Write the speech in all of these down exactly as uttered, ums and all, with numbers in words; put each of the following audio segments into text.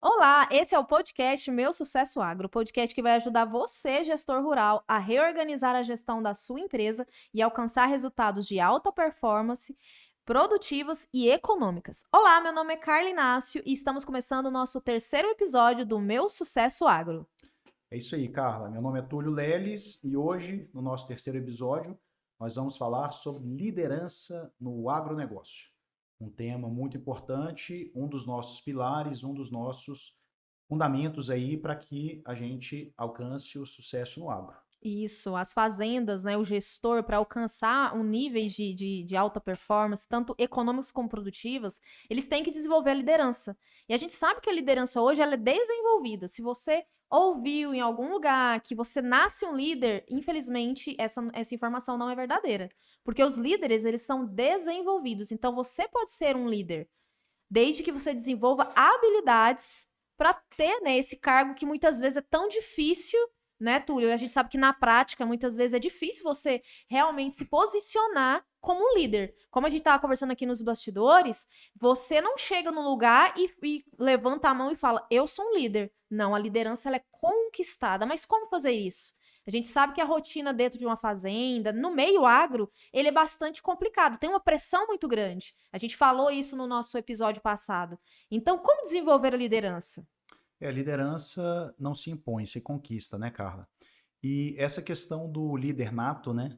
Olá, esse é o podcast Meu Sucesso Agro, o podcast que vai ajudar você, gestor rural, a reorganizar a gestão da sua empresa e alcançar resultados de alta performance, produtivas e econômicas. Olá, meu nome é Carla Inácio e estamos começando o nosso terceiro episódio do Meu Sucesso Agro. É isso aí, Carla. Meu nome é Túlio Leles e hoje, no nosso terceiro episódio, nós vamos falar sobre liderança no agronegócio. Um tema muito importante, um dos nossos pilares, um dos nossos fundamentos aí para que a gente alcance o sucesso no agro. Isso, as fazendas, né, o gestor, para alcançar um níveis de, de, de alta performance, tanto econômicas como produtivas, eles têm que desenvolver a liderança. E a gente sabe que a liderança hoje ela é desenvolvida. Se você ouviu em algum lugar que você nasce um líder, infelizmente essa, essa informação não é verdadeira. Porque os líderes, eles são desenvolvidos. Então você pode ser um líder, desde que você desenvolva habilidades para ter, né, esse cargo que muitas vezes é tão difícil, né, Túlio? A gente sabe que na prática, muitas vezes é difícil você realmente se posicionar como um líder. Como a gente estava conversando aqui nos bastidores, você não chega no lugar e, e levanta a mão e fala, eu sou um líder. Não, a liderança ela é conquistada. Mas como fazer isso? A gente sabe que a rotina dentro de uma fazenda, no meio agro, ele é bastante complicado, tem uma pressão muito grande. A gente falou isso no nosso episódio passado. Então, como desenvolver a liderança? É, a liderança não se impõe, se conquista, né, Carla? E essa questão do líder nato, né,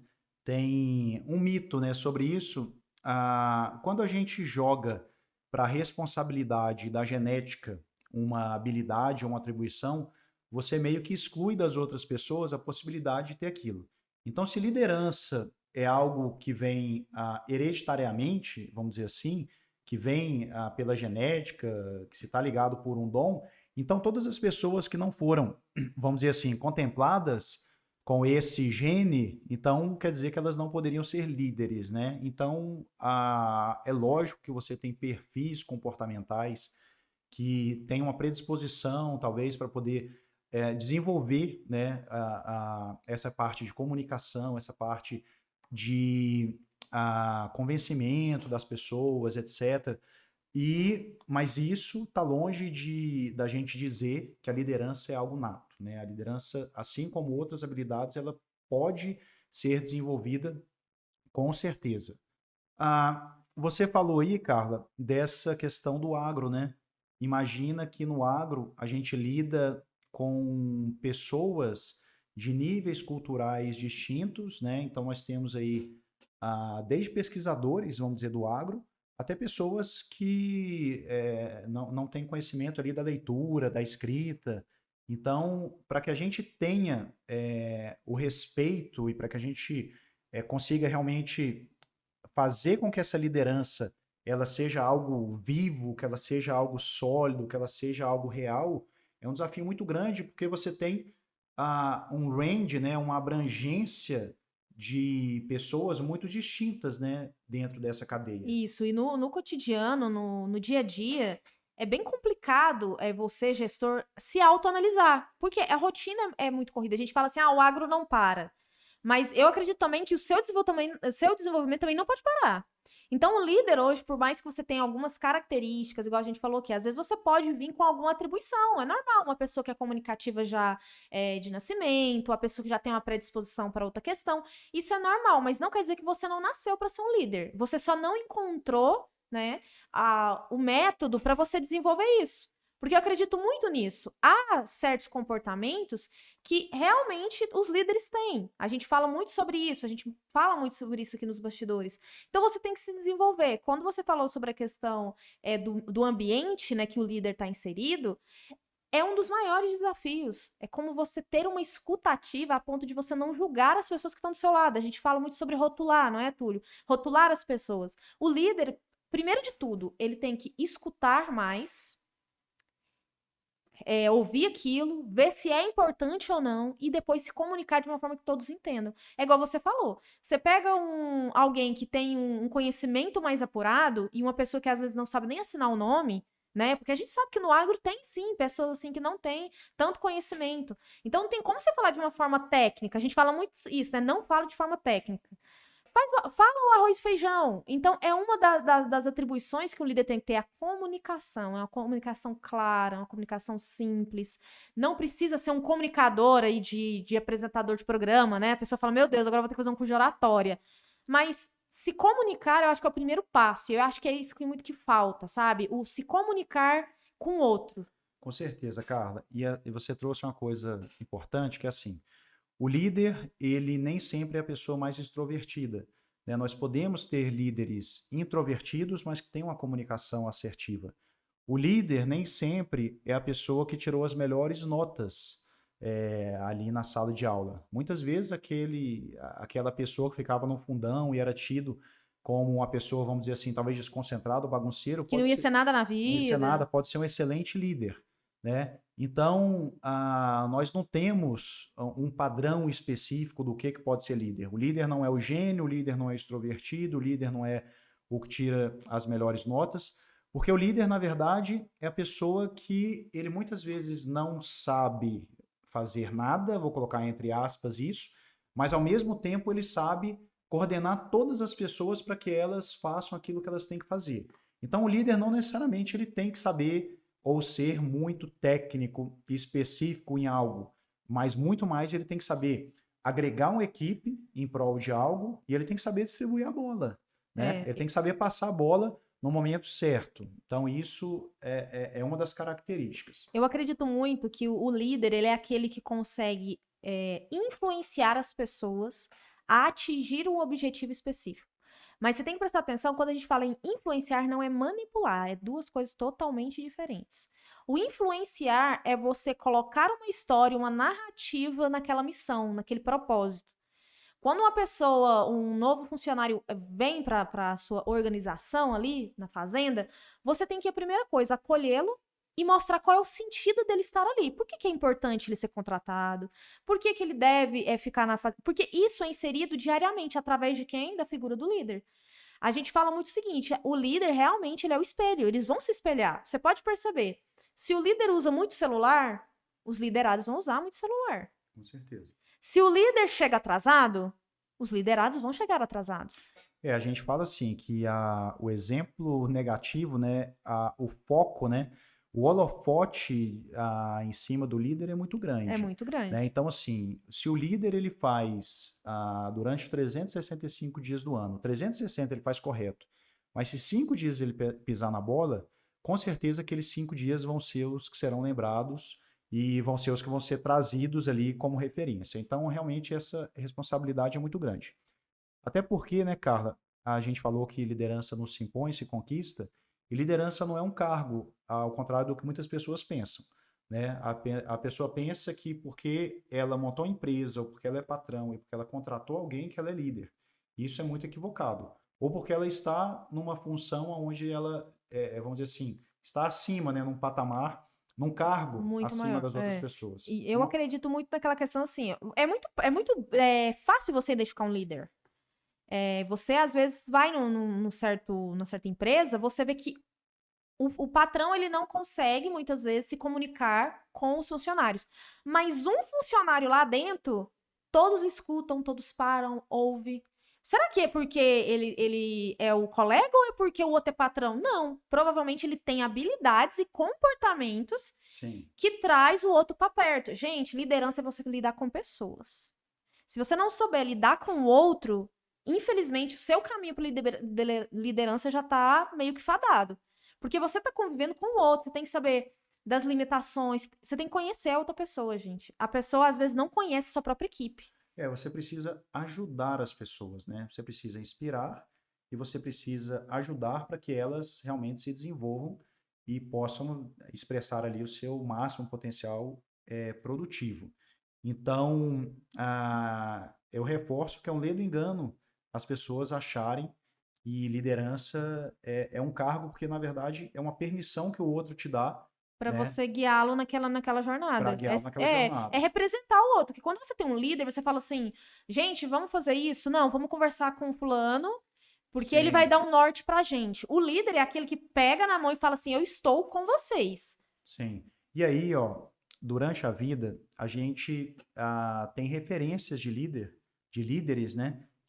tem um mito, né, sobre isso. Ah, quando a gente joga para a responsabilidade da genética uma habilidade ou uma atribuição, você meio que exclui das outras pessoas a possibilidade de ter aquilo. Então, se liderança é algo que vem ah, hereditariamente, vamos dizer assim, que vem ah, pela genética, que se está ligado por um dom, então todas as pessoas que não foram, vamos dizer assim, contempladas com esse gene, então quer dizer que elas não poderiam ser líderes, né? Então, a, é lógico que você tem perfis comportamentais que têm uma predisposição, talvez, para poder é, desenvolver, né, a, a, essa parte de comunicação, essa parte de a, convencimento das pessoas, etcétera. E, mas isso está longe de da gente dizer que a liderança é algo nato, né? A liderança, assim como outras habilidades, ela pode ser desenvolvida com certeza. Ah, você falou aí, Carla, dessa questão do agro, né? Imagina que no agro a gente lida com pessoas de níveis culturais distintos, né? Então nós temos aí ah, desde pesquisadores, vamos dizer, do agro, até pessoas que eh, não, não têm conhecimento ali da leitura, da escrita. Então, para que a gente tenha eh, o respeito e para que a gente eh, consiga realmente fazer com que essa liderança ela seja algo vivo, que ela seja algo sólido, que ela seja algo real, é um desafio muito grande, porque você tem ah, um range, né, uma abrangência de pessoas muito distintas, né, dentro dessa cadeia. Isso, e no, no cotidiano, no, no dia a dia, é bem complicado é, você, gestor, se autoanalisar, porque a rotina é muito corrida. A gente fala assim, ah, o agro não para. Mas eu acredito também que o seu desenvolvimento, o seu desenvolvimento também não pode parar. Então, o líder hoje, por mais que você tenha algumas características, igual a gente falou aqui, às vezes você pode vir com alguma atribuição. É normal uma pessoa que é comunicativa já é, de nascimento, a pessoa que já tem uma predisposição para outra questão. Isso é normal, mas não quer dizer que você não nasceu para ser um líder. Você só não encontrou, né, a, o método para você desenvolver isso. Porque eu acredito muito nisso. Há certos comportamentos que realmente os líderes têm. A gente fala muito sobre isso, a gente fala muito sobre isso aqui nos bastidores. Então você tem que se desenvolver. Quando você falou sobre a questão é, do, do ambiente, né, que o líder está inserido, é um dos maiores desafios. É como você ter uma escuta ativa a ponto de você não julgar as pessoas que estão do seu lado. A gente fala muito sobre rotular, não é, Túlio? Rotular as pessoas. O líder, primeiro de tudo, ele tem que escutar mais, é, ouvir aquilo, ver se é importante ou não e depois se comunicar de uma forma que todos entendam. É igual você falou. Você pega um, alguém que tem um, um conhecimento mais apurado e uma pessoa que às vezes não sabe nem assinar o nome, né? Porque a gente sabe que no agro tem sim pessoas assim que não têm tanto conhecimento. Então não tem como você falar de uma forma técnica. A gente fala muito isso, né? Não fala de forma técnica. faz, fala o arroz e feijão. Então, é uma da, da, das atribuições que o líder tem que ter, a comunicação. É uma comunicação clara, uma comunicação simples. Não precisa ser um comunicador aí de, de apresentador de programa, né? A pessoa fala, meu Deus, agora eu vou ter que fazer um curso de oratória. Mas se comunicar, eu acho que é o primeiro passo. Eu acho que é isso que muito que falta, sabe? O se comunicar com o outro. Com certeza, Carla. E, a, e você trouxe uma coisa importante, que é assim, o líder, ele nem sempre é a pessoa mais extrovertida, né? Nós podemos ter líderes introvertidos, mas que têm uma comunicação assertiva. O líder nem sempre é a pessoa que tirou as melhores notas é, ali na sala de aula. Muitas vezes aquele, aquela pessoa que ficava no fundão e era tido como uma pessoa, vamos dizer assim, talvez desconcentrada ou bagunceiro, Que não pode ia ser, ser nada na não ia ser vida. nada, pode ser um excelente líder, né? Então, ah, nós não temos um padrão específico do que, que pode ser líder. O líder não é o gênio, o líder não é extrovertido, o líder não é o que tira as melhores notas, porque o líder, na verdade, é a pessoa que ele muitas vezes não sabe fazer nada, vou colocar entre aspas isso, mas ao mesmo tempo ele sabe coordenar todas as pessoas para que elas façam aquilo que elas têm que fazer. Então, o líder não necessariamente ele tem que saber ou ser muito técnico e específico em algo, mas muito mais ele tem que saber agregar uma equipe em prol de algo e ele tem que saber distribuir a bola, né? É, Ele tem que saber passar a bola no momento certo. Então, isso é, é, é uma das características. eu acredito muito que o, o líder, ele é aquele que consegue é, influenciar as pessoas a atingir um objetivo específico. Mas você tem que prestar atenção, quando a gente fala em influenciar, não é manipular, é duas coisas totalmente diferentes. O influenciar é você colocar uma história, uma narrativa naquela missão, naquele propósito. Quando uma pessoa, um novo funcionário vem para a sua organização ali na fazenda, você tem que, a primeira coisa, acolhê-lo e mostrar qual é o sentido dele estar ali. Por que, que é importante ele ser contratado? Por que, que ele deve é, ficar na fazenda? Porque isso é inserido diariamente através de quem? Da figura do líder. A gente fala muito o seguinte, o líder realmente ele é o espelho, eles vão se espelhar. Você pode perceber, se o líder usa muito celular, os liderados vão usar muito celular. Com certeza. Se o líder chega atrasado, os liderados vão chegar atrasados. É, a gente fala assim que a, o exemplo negativo, né, a, o foco, né, o holofote a, em cima do líder é muito grande. É muito grande. Né? Então, assim, se o líder ele faz a, durante trezentos e sessenta e cinco dias do ano, trezentos e sessenta ele faz correto, mas se cinco dias ele pisar na bola, com certeza aqueles cinco dias vão ser os que serão lembrados e vão ser os que vão ser trazidos ali como referência. Então, realmente, essa responsabilidade é muito grande. Até porque, né, Carla, a gente falou que liderança não se impõe, se conquista, e liderança não é um cargo, ao contrário do que muitas pessoas pensam. Né? A, a pessoa pensa que porque ela montou uma empresa, ou porque ela é patrão, e porque ela contratou alguém, que ela é líder. Isso é muito equivocado. Ou porque ela está numa função onde ela, é, vamos dizer assim, está acima, né, num patamar, num cargo muito acima maior, das outras é. pessoas. E eu Não... acredito muito naquela questão assim, é muito, é muito é, fácil você identificar um líder. É, você, às vezes, vai num, num certo, numa certa empresa, você vê que o, o patrão, ele não consegue, muitas vezes, se comunicar com os funcionários. Mas um funcionário lá dentro, todos escutam, todos param, ouvem. Será que é porque ele, ele é o colega ou é porque o outro é patrão? Não. Provavelmente ele tem habilidades e comportamentos Sim. que traz o outro para perto. Gente, liderança é você lidar com pessoas. Se você não souber lidar com o outro, infelizmente, o seu caminho para liderança já tá meio que fadado. Porque você tá convivendo com o outro, você tem que saber das limitações, você tem que conhecer a outra pessoa, gente. A pessoa, às vezes, não conhece a sua própria equipe. É, você precisa ajudar as pessoas, né? Você precisa inspirar e você precisa ajudar para que elas realmente se desenvolvam e possam expressar ali o seu máximo potencial é, produtivo. Então, ah, eu reforço que é um ledo engano as pessoas acharem que liderança é, é um cargo, porque na verdade é uma permissão que o outro te dá, Pra né, você guiá-lo naquela, naquela para jornada. guiá-lo naquela É, é, jornada. é representar o outro. Que quando você tem um líder, você fala assim, gente, vamos fazer isso? Não, vamos conversar com o fulano, porque ele vai Sim, dar um norte pra gente. O líder é aquele que pega na mão e fala assim, eu estou com vocês. sim. E aí, ó, durante a vida, a gente ah, tem referências de líder, de líderes, né,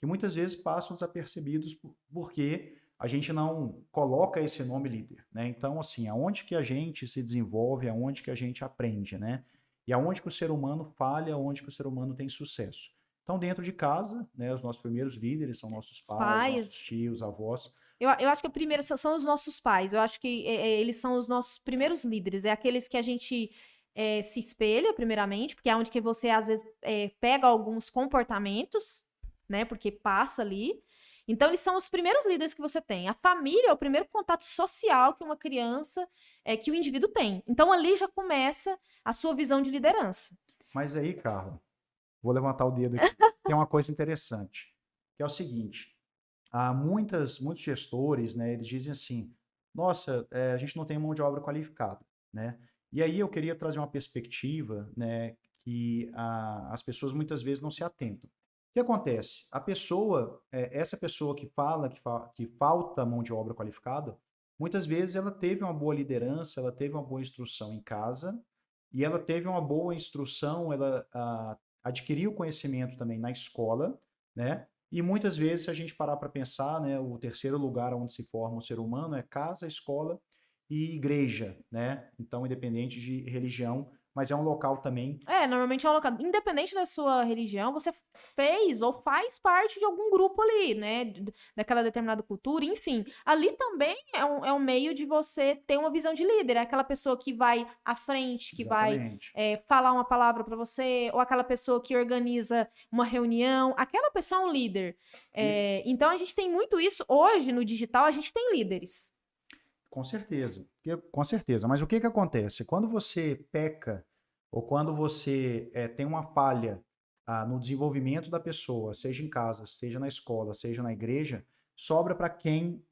que muitas vezes passam desapercebidos por- porque a gente não coloca esse nome líder, né? Então, assim, aonde que a gente se desenvolve, aonde que a gente aprende, né? E aonde que o ser humano falha, aonde que o ser humano tem sucesso. Então, dentro de casa, né, os nossos primeiros líderes são nossos Os pais, nossos pais. tios, avós. Eu, eu acho que o primeiro são são os nossos pais. Eu acho que é, é, eles são os nossos primeiros líderes. É aqueles que a gente é, se espelha, primeiramente, porque é onde que você, às vezes, é, pega alguns comportamentos, né? Porque passa ali. Então, eles são os primeiros líderes que você tem. A família é o primeiro contato social que uma criança, é, que o indivíduo tem. Então, ali já começa a sua visão de liderança. Mas aí, Carla, vou levantar o dedo aqui. Tem uma coisa interessante, que é o seguinte: há muitas, muitos gestores, né, eles dizem assim, nossa, é, a gente não tem mão de obra qualificada, né? E aí eu queria trazer uma perspectiva, né, que a, as pessoas muitas vezes não se atentam. O que acontece? A pessoa, é, essa pessoa que fala que, fa que falta mão de obra qualificada, muitas vezes ela teve uma boa liderança, ela teve uma boa instrução em casa, e ela teve uma boa instrução, ela ah, adquiriu conhecimento também na escola, né? E muitas vezes, se a gente parar para pensar, né, o terceiro lugar onde se forma o ser humano é casa, escola e igreja, né? Então, independente de religião, mas é um local também. É, normalmente é um local. Independente da sua religião, você fez ou faz parte de algum grupo ali, né? d- Daquela determinada cultura, enfim. Ali também é um, é um meio de você ter uma visão de líder. É aquela pessoa que vai à frente, que vai Exatamente. é, falar uma palavra pra você, ou aquela pessoa que organiza uma reunião. Aquela pessoa é um líder. E, É, então a gente tem muito isso. Hoje, no digital, a gente tem líderes. com certeza, que- com certeza. Mas o que que acontece? Quando você peca ou quando você eh, tem uma falha ah, no desenvolvimento da pessoa, seja em casa, seja na escola, seja na igreja, sobra para quem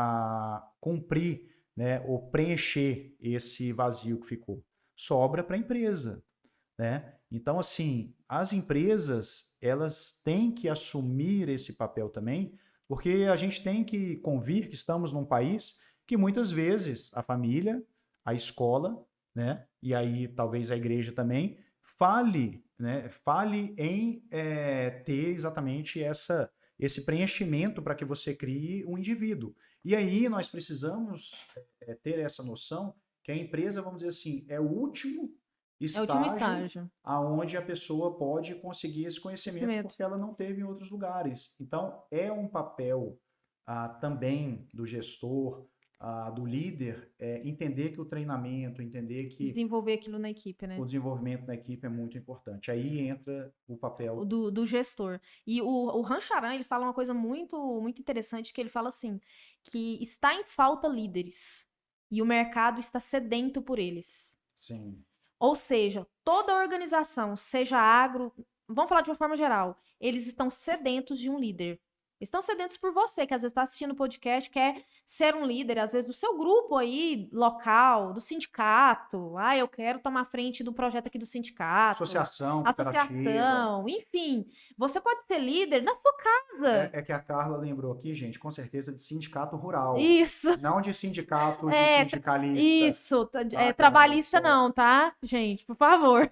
ah, cumprir, né, ou preencher esse vazio que ficou. Sobra para a empresa, né? Então, assim, as empresas, elas têm que assumir esse papel também, porque a gente tem que convir que estamos num país que muitas vezes a família, a escola, né, e aí talvez a igreja também, fale, né, fale em é, ter exatamente essa, esse preenchimento para que você crie um indivíduo. E aí nós precisamos é, ter essa noção que a empresa, vamos dizer assim, é o último É o último estágio estágio. aonde a pessoa pode conseguir esse conhecimento Conhecimento. porque ela não teve em outros lugares. Então, é um papel ah, também do gestor, ah, do líder, é, entender que o treinamento, entender que Desenvolver aquilo na equipe, né? o desenvolvimento da equipe é muito importante. Aí entra o O papel. do, do gestor. E o, o Rancharan, ele fala uma coisa muito, muito interessante, que ele fala assim, que está em falta líderes e o mercado está sedento por eles. Sim, Ou seja, toda organização, seja agro, vamos falar de uma forma geral, eles estão sedentos de um líder. Estão sedentos por você, que às vezes está assistindo o podcast, quer ser um líder, às vezes do seu grupo aí, local, do sindicato. Ah, eu quero tomar frente do projeto aqui do sindicato, associação, cooperativa. associação, enfim. Você pode ser líder na sua casa. É, é que a Carla lembrou aqui, gente, com certeza, de sindicato rural. Isso, Não de sindicato de é, tra- sindicalista, isso, tá- é tá, Carla? trabalhista Só, não, tá? Gente, por favor.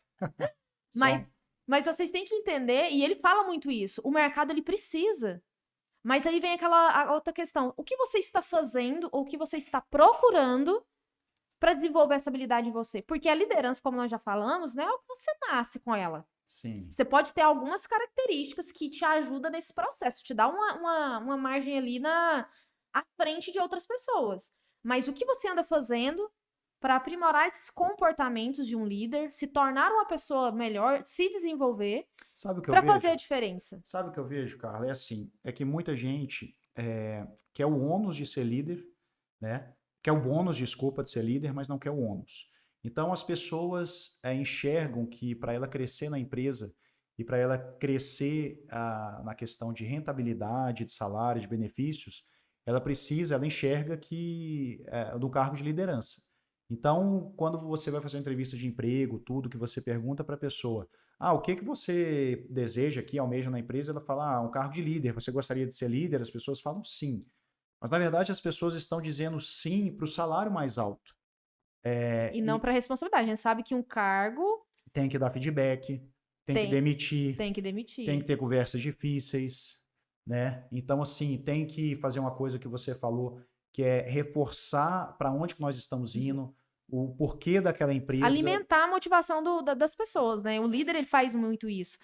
só Mas, mas vocês têm que entender, e ele fala muito isso, o mercado ele precisa. Mas aí vem aquela a outra questão. O que você está fazendo ou o que você está procurando para desenvolver essa habilidade em você? Porque a liderança, como nós já falamos, não é o que você nasce com ela. sim. Você pode ter algumas características que te ajudam nesse processo, te dá uma, uma, uma margem ali na à frente de outras pessoas. Mas o que você anda fazendo para aprimorar esses comportamentos de um líder, se tornar uma pessoa melhor, se desenvolver, Sabe o que eu para vejo? fazer a diferença? Sabe o que eu vejo, Carla? É assim, é que muita gente é, quer o ônus de ser líder, né? Quer o bônus, desculpa, de ser líder, mas não quer o ônus. Então as pessoas é, enxergam que para ela crescer na empresa e para ela crescer ah, na questão de rentabilidade, de salário, de benefícios, ela precisa, ela enxerga que é, do cargo de liderança. Então, quando você vai fazer uma entrevista de emprego, tudo que você pergunta para a pessoa, ah, o que que você deseja aqui, almeja na empresa? Ela fala, ah, um cargo de líder. Você gostaria de ser líder? As pessoas falam sim. Mas, na verdade, as pessoas estão dizendo sim para o salário mais alto. É, E não e para responsabilidade. A gente sabe que um cargo tem que dar feedback, tem, tem que demitir. Tem que demitir. Tem que ter conversas difíceis, né? Então, assim, tem que fazer uma coisa que você falou, que é reforçar para onde que nós estamos indo, o porquê daquela empresa. Alimentar a motivação do, da, das pessoas, né? O líder, ele faz muito isso.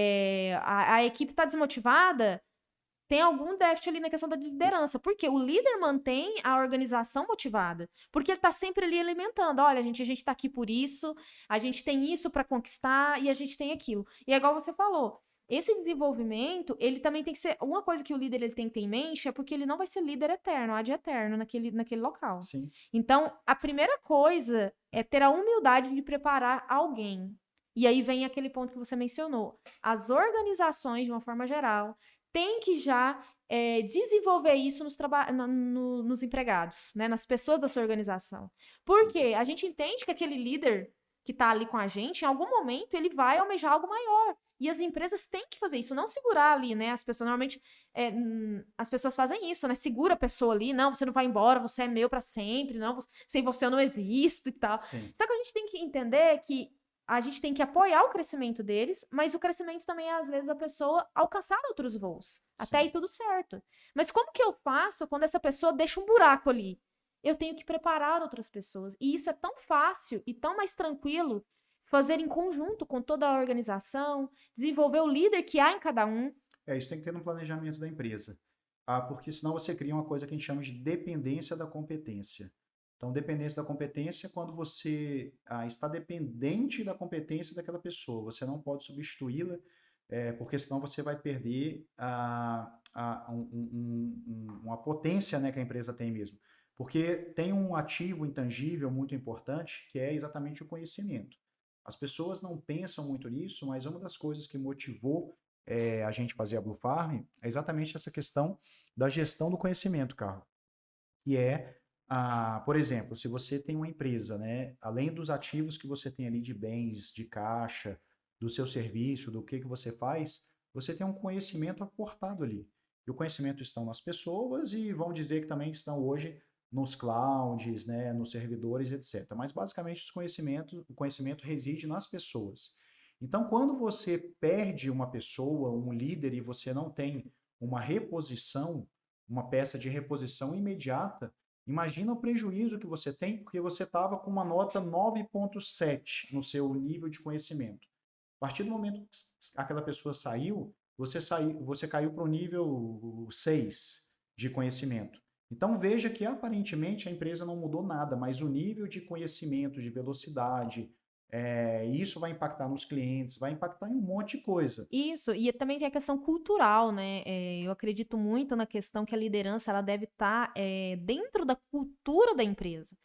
É, a, a equipe está desmotivada, tem algum déficit ali na questão da liderança. Porque o líder mantém a organização motivada. Porque ele está sempre ali alimentando. Olha, gente, a gente está aqui por isso, a gente tem isso para conquistar e a gente tem aquilo. E é igual você falou, esse desenvolvimento, ele também tem que ser... Uma coisa que o líder ele tem que ter em mente é porque ele não vai ser líder eterno, ad eterno naquele, naquele local. Sim. Então, a primeira coisa é ter a humildade de preparar alguém. E aí vem aquele ponto que você mencionou. As organizações, de uma forma geral, têm que já é, desenvolver isso nos, traba- no, no, nos empregados, né? Nas pessoas da sua organização. Porque a gente entende que aquele líder que está ali com a gente, em algum momento, ele vai almejar algo maior. E as empresas têm que fazer isso, não segurar ali, né? As pessoas, normalmente, é, hum, as pessoas fazem isso, né? Segura a pessoa ali, não, você não vai embora, você é meu para sempre, não, você, sem você eu não existo e tal. Sim. Só que a gente tem que entender que a gente tem que apoiar o crescimento deles, mas o crescimento também é, às vezes, a pessoa alcançar outros voos. Até Sim. aí tudo certo. Mas como que eu faço quando essa pessoa deixa um buraco ali? Eu tenho que preparar outras pessoas. E isso é tão fácil e tão mais tranquilo fazer em conjunto com toda a organização, desenvolver o líder que há em cada um. É, isso tem que ter no planejamento da empresa. Ah, porque senão você cria uma coisa que a gente chama de dependência da competência. Então, dependência da competência é quando você ah, está dependente da competência daquela pessoa. Você não pode substituí-la, é, porque senão você vai perder a, a, um, um, um, uma potência, né, que a empresa tem mesmo. Porque tem um ativo intangível muito importante, que é exatamente o conhecimento. As pessoas não pensam muito nisso, mas uma das coisas que motivou é, a gente fazer a Blue Farm é exatamente essa questão da gestão do conhecimento, Carlos. Que é, ah, por exemplo, se você tem uma empresa, né, além dos ativos que você tem ali de bens, de caixa, do seu serviço, do que, que você faz, você tem um conhecimento aportado ali. E o conhecimento estão nas pessoas e vamos dizer que também estão hoje nos clouds, né, nos servidores, etcétera. Mas basicamente os conhecimentos, o conhecimento reside nas pessoas. Então, quando você perde uma pessoa, um líder, e você não tem uma reposição, uma peça de reposição imediata, imagina o prejuízo que você tem, porque você estava com uma nota nove ponto sete no seu nível de conhecimento. A partir do momento que aquela pessoa saiu, você, saiu, você caiu para o nível seis de conhecimento. Então veja que aparentemente a empresa não mudou nada, mas o nível de conhecimento, de velocidade, é, isso vai impactar nos clientes, vai impactar em um monte de coisa. Isso, e também tem a questão cultural, né? É, eu acredito muito na questão que a liderança ela deve estar é, dentro da cultura da empresa.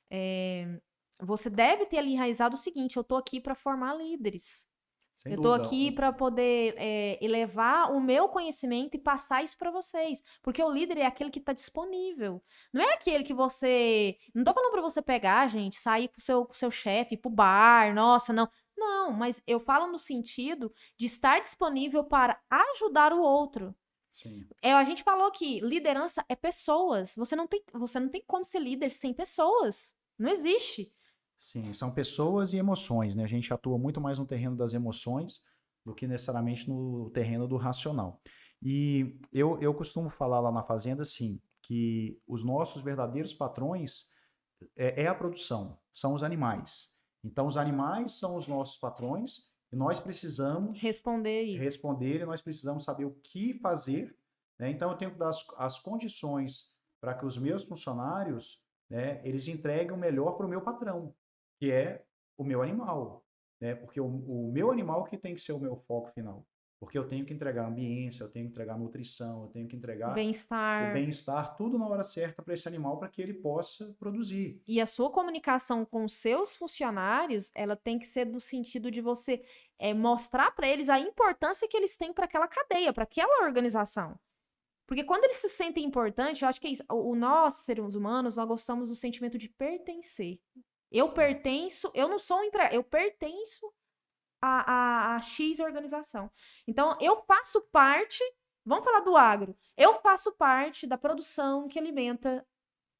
É, você deve ter ali enraizado o seguinte: eu tô aqui para formar líderes. Sem Eu tô dúvida. aqui para poder é, elevar o meu conhecimento e passar isso para vocês. Porque o líder é aquele que tá disponível. Não é aquele que você... Não tô falando para você pegar, gente, sair com o seu, com o seu chefe, ir pro bar, nossa, não. Não, mas eu falo no sentido de estar disponível para ajudar o outro. Sim. É, a gente falou que liderança é pessoas. Você não tem, você não tem como ser líder sem pessoas. Não existe. Sim, são pessoas e emoções, né? A gente atua muito mais no terreno das emoções do que necessariamente no terreno do racional. E eu, eu costumo falar lá na fazenda, assim, que os nossos verdadeiros patrões é, é a produção, são os animais. Então, os animais são os nossos patrões e nós precisamos Responder isso. responder e nós precisamos saber o que fazer, né? Então, eu tenho que dar as, as condições para que os meus funcionários, né, eles entreguem o melhor para o meu patrão, que é o meu animal, né? Porque o, o meu animal que tem que ser o meu foco final. Porque eu tenho que entregar ambiência, eu tenho que entregar nutrição, eu tenho que entregar Bem-estar. o bem-estar, tudo na hora certa para esse animal, para que ele possa produzir. E a sua comunicação com os seus funcionários, ela tem que ser no sentido de você é, mostrar para eles a importância que eles têm para aquela cadeia, para aquela organização. Porque quando eles se sentem importantes, eu acho que é isso. O, o nós, seres humanos, nós gostamos do sentimento de pertencer. Eu pertenço, eu não sou um empregado, eu pertenço a, a, a X organização. Então, eu faço parte, vamos falar do agro, eu faço parte da produção que alimenta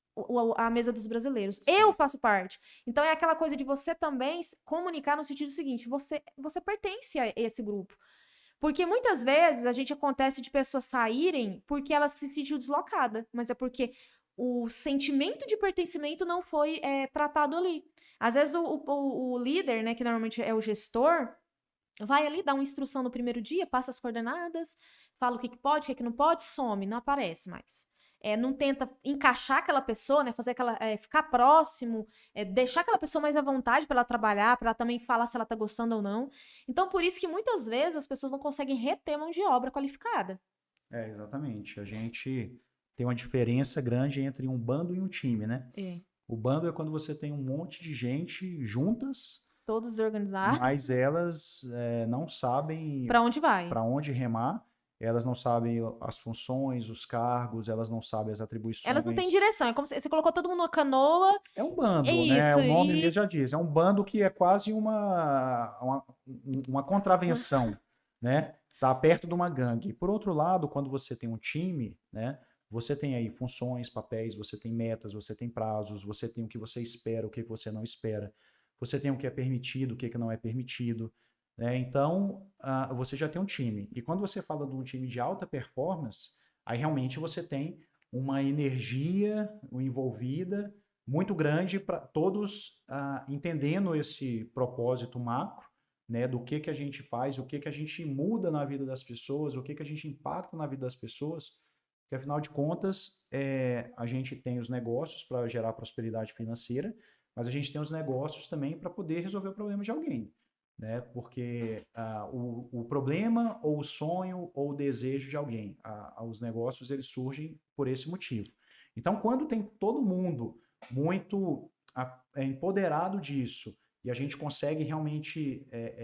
o- a mesa dos brasileiros. Sim. Eu faço parte. Então é aquela coisa de você também se comunicar no sentido seguinte, você, você pertence a esse grupo. Porque muitas vezes a gente acontece de pessoas saírem porque elas se sentiu deslocada, mas é porque o sentimento de pertencimento não foi é, tratado ali. Às vezes o, o, o líder, né, que normalmente é o gestor, vai ali, dá uma instrução no primeiro dia, passa as coordenadas, fala o que, que pode, o que, que não pode, some, não aparece mais. É, não tenta encaixar aquela pessoa, né, fazer aquela, é, ficar próximo, é, deixar aquela pessoa mais à vontade para ela trabalhar, para ela também falar se ela tá gostando ou não. Então, por isso que muitas vezes as pessoas não conseguem reter mão de obra qualificada. É, exatamente. A gente tem uma diferença grande entre um bando e um time, né? É. O bando é quando você tem um monte de gente juntas, Todos desorganizados. mas elas é, não sabem Para onde vai? para onde remar, elas não sabem as funções, os cargos, elas não sabem as Elas não têm atribuições. direção. É como se você colocou todo mundo numa canoa. É um É bando, né? isso. O nome E mesmo já diz. É um bando que é quase uma, uma, uma contravenção, né? Tá perto de uma gangue. Por outro lado, quando você tem um time, né? Você tem aí funções, papéis, você tem metas, você tem prazos, você tem o que você espera, o que você não espera. Você tem o que é permitido, o que não é permitido, né? Então, uh, você já tem um time. E quando você fala de um time de alta performance, aí realmente você tem uma energia envolvida muito grande para todos uh, entendendo esse propósito macro, né, do que que a gente faz, o que que a gente muda na vida das pessoas, o que que a gente impacta na vida das pessoas, porque afinal de contas é, a gente tem os negócios para gerar prosperidade financeira, mas a gente tem os negócios também para poder resolver o problema de alguém, né? Porque uh, o, o problema ou o sonho ou o desejo de alguém, uh, os negócios eles surgem por esse motivo. Então, quando tem todo mundo muito uh, empoderado disso e a gente consegue realmente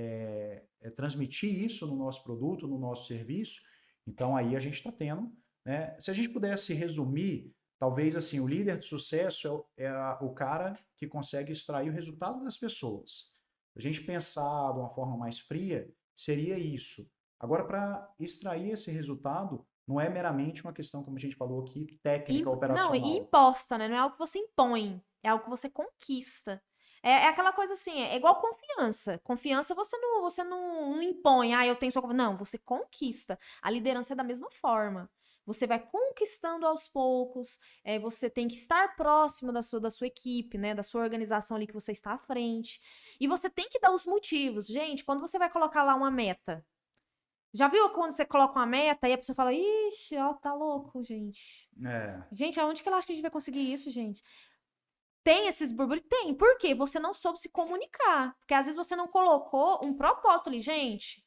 é, é, é, transmitir isso no nosso produto, no nosso serviço, então aí a gente está tendo, né? Se a gente pudesse resumir, talvez assim, o líder de sucesso é, é a, o cara que consegue extrair o resultado das pessoas. A gente pensar de uma forma mais fria, seria isso. Agora, para extrair esse resultado, não é meramente uma questão, como a gente falou aqui, técnica, Imp... Não, e operacional. imposta, né? Não é algo que você impõe, é algo que você conquista. É, é aquela coisa assim, é igual confiança. Confiança você não, você não, não impõe, ah, eu tenho sua confiança. Não, você conquista. A liderança é da mesma forma. Você vai conquistando aos poucos, é, você tem que estar próximo da sua, da sua equipe, né? Da sua organização ali que você está à frente. E você tem que dar os motivos. Gente, quando você vai colocar lá uma meta, já viu quando você coloca uma meta e a pessoa fala, ixi, ó, tá louco, gente. É. Gente, aonde que ela acha que a gente vai conseguir isso, gente? Tem esses burburinhos? Tem. Por quê? Você não soube se comunicar. Porque às vezes você não colocou um propósito ali. Gente,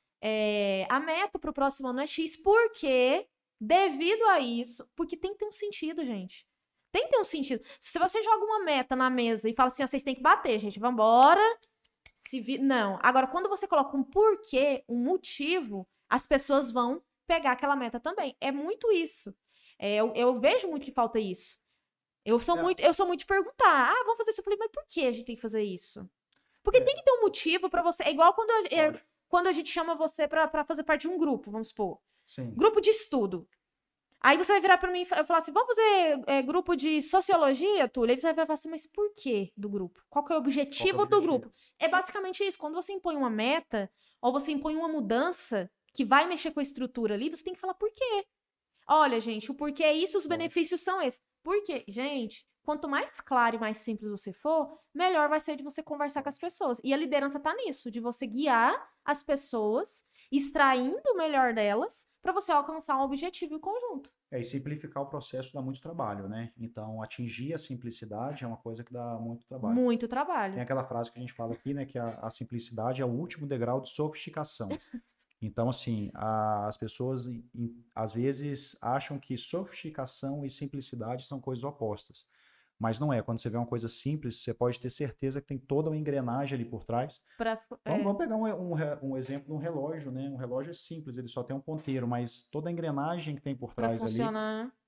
é, a meta pro próximo ano é X. Por quê? Devido a isso. Porque tem que ter um sentido, gente. Tem que ter um sentido. Se você joga uma meta na mesa e fala assim, ó, vocês têm que bater, gente, vambora. Se vi... Não. Agora, quando você coloca um porquê, um motivo, as pessoas vão pegar aquela meta também. É muito isso. É, eu, eu vejo muito que falta isso. Eu sou É. muito, eu sou muito de perguntar. Ah, vamos fazer isso. Eu falei, mas por que a gente tem que fazer isso? Porque É. tem que ter um motivo pra você. É igual quando, eu, eu- Lógico. quando a gente chama você pra, pra fazer parte de um grupo, vamos supor. Sim. Grupo de estudo. Aí você vai virar pra mim e fa- falar assim: vamos fazer é, grupo de sociologia, Túlio? Aí você vai falar assim: mas por que do grupo? Qual que é o Qual que é o objetivo do objetivo? grupo? É basicamente isso. Quando você impõe uma meta, ou você impõe uma mudança que vai mexer com a estrutura ali, você tem que falar por quê. Olha, gente, o porquê é isso, os Lógico. benefícios são esses. Por quê? Gente, quanto mais claro e mais simples você for, melhor vai ser de você conversar com as pessoas. E a liderança tá nisso, de você guiar as pessoas, extraindo o melhor delas, pra você alcançar um objetivo em conjunto. É, e simplificar o processo dá muito trabalho, né? Então, atingir a simplicidade é uma coisa que dá muito trabalho. Muito Tem trabalho. aquela frase que a gente fala aqui, né? Que a, a simplicidade é o último degrau de sofisticação. Então, assim, a- as pessoas em- em- às vezes acham que sofisticação e simplicidade são coisas opostas. Mas não é. Quando você vê uma coisa simples, você pode ter certeza que tem toda uma engrenagem ali por trás. Pra, Vamos, é, vamos pegar um, um re- um exemplo de um relógio, né? Um relógio é simples, ele só tem um ponteiro, mas toda a engrenagem que tem por pra trás ali funcionar.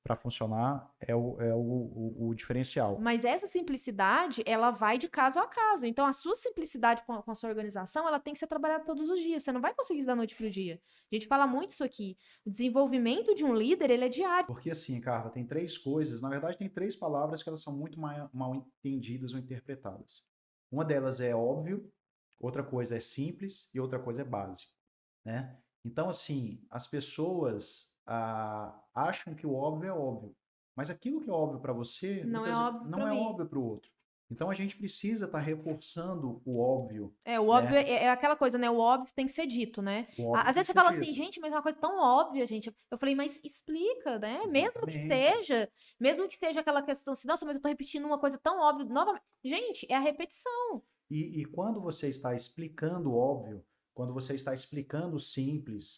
para funcionar é, o, é o, o, o diferencial. Mas essa simplicidade, ela vai de caso a caso. Então, a sua simplicidade com a, com a sua organização, ela tem que ser trabalhada todos os dias. Você não vai conseguir isso da noite para o dia. A gente fala muito isso aqui. O desenvolvimento de um líder, ele é diário. Porque assim, Carla, tem três coisas, na verdade tem três palavras que elas são muito mal, mal entendidas ou interpretadas. Uma delas é óbvio, outra coisa é simples e outra coisa é básico, né? Então, assim, as pessoas ah, acham que o óbvio é óbvio, mas aquilo que é óbvio para você Não muitas é vezes óbvio não para é mim. óbvio para o outro. Então, a gente precisa estar reforçando o óbvio, É, o óbvio né? é, é aquela coisa, né? O óbvio tem que ser dito, né? O Á- óbvio Às tem vezes que você ser fala assim, dito. gente, mas é uma coisa tão óbvia, gente. Eu falei, mas explica, né? Mesmo que Exatamente. seja, mesmo que seja aquela questão assim, nossa, mas eu tô repetindo uma coisa tão óbvia novamente. Gente, é a repetição. E, e quando você está explicando o óbvio, quando você está explicando o simples,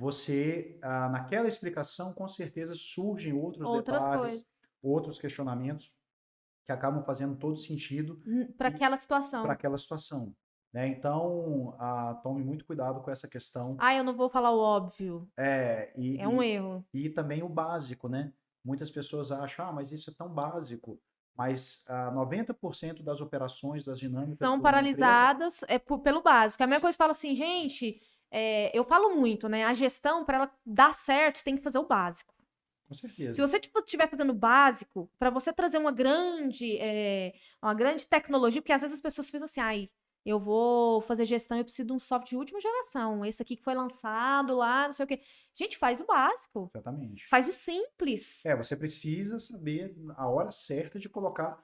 você, ah, naquela explicação, com certeza surgem outros Outras coisas. detalhes, outros questionamentos que acabam fazendo todo sentido Para aquela para situação. aquela situação, né? Então, ah, tome muito cuidado com essa questão. Ah, eu não vou falar o óbvio. É, É um e, erro. e, e também o básico, né? Muitas pessoas acham, ah, mas isso é tão básico. Mas ah, noventa por cento das operações, das dinâmicas São de uma empresa. paralisadas é, por- pelo básico. A mesma coisa fala assim, gente, é, eu falo muito, né? A gestão, para ela dar certo, você tem que fazer o básico. Com Se certeza. você tipo, estiver fazendo o básico, para você trazer uma grande, é, uma grande tecnologia, porque às vezes as pessoas ficam assim, ai, eu vou fazer gestão, eu preciso de um software de última geração. Esse aqui que foi lançado lá, não sei o quê. Gente, faz o básico. Exatamente. Faz o simples. É, você precisa saber a hora certa de colocar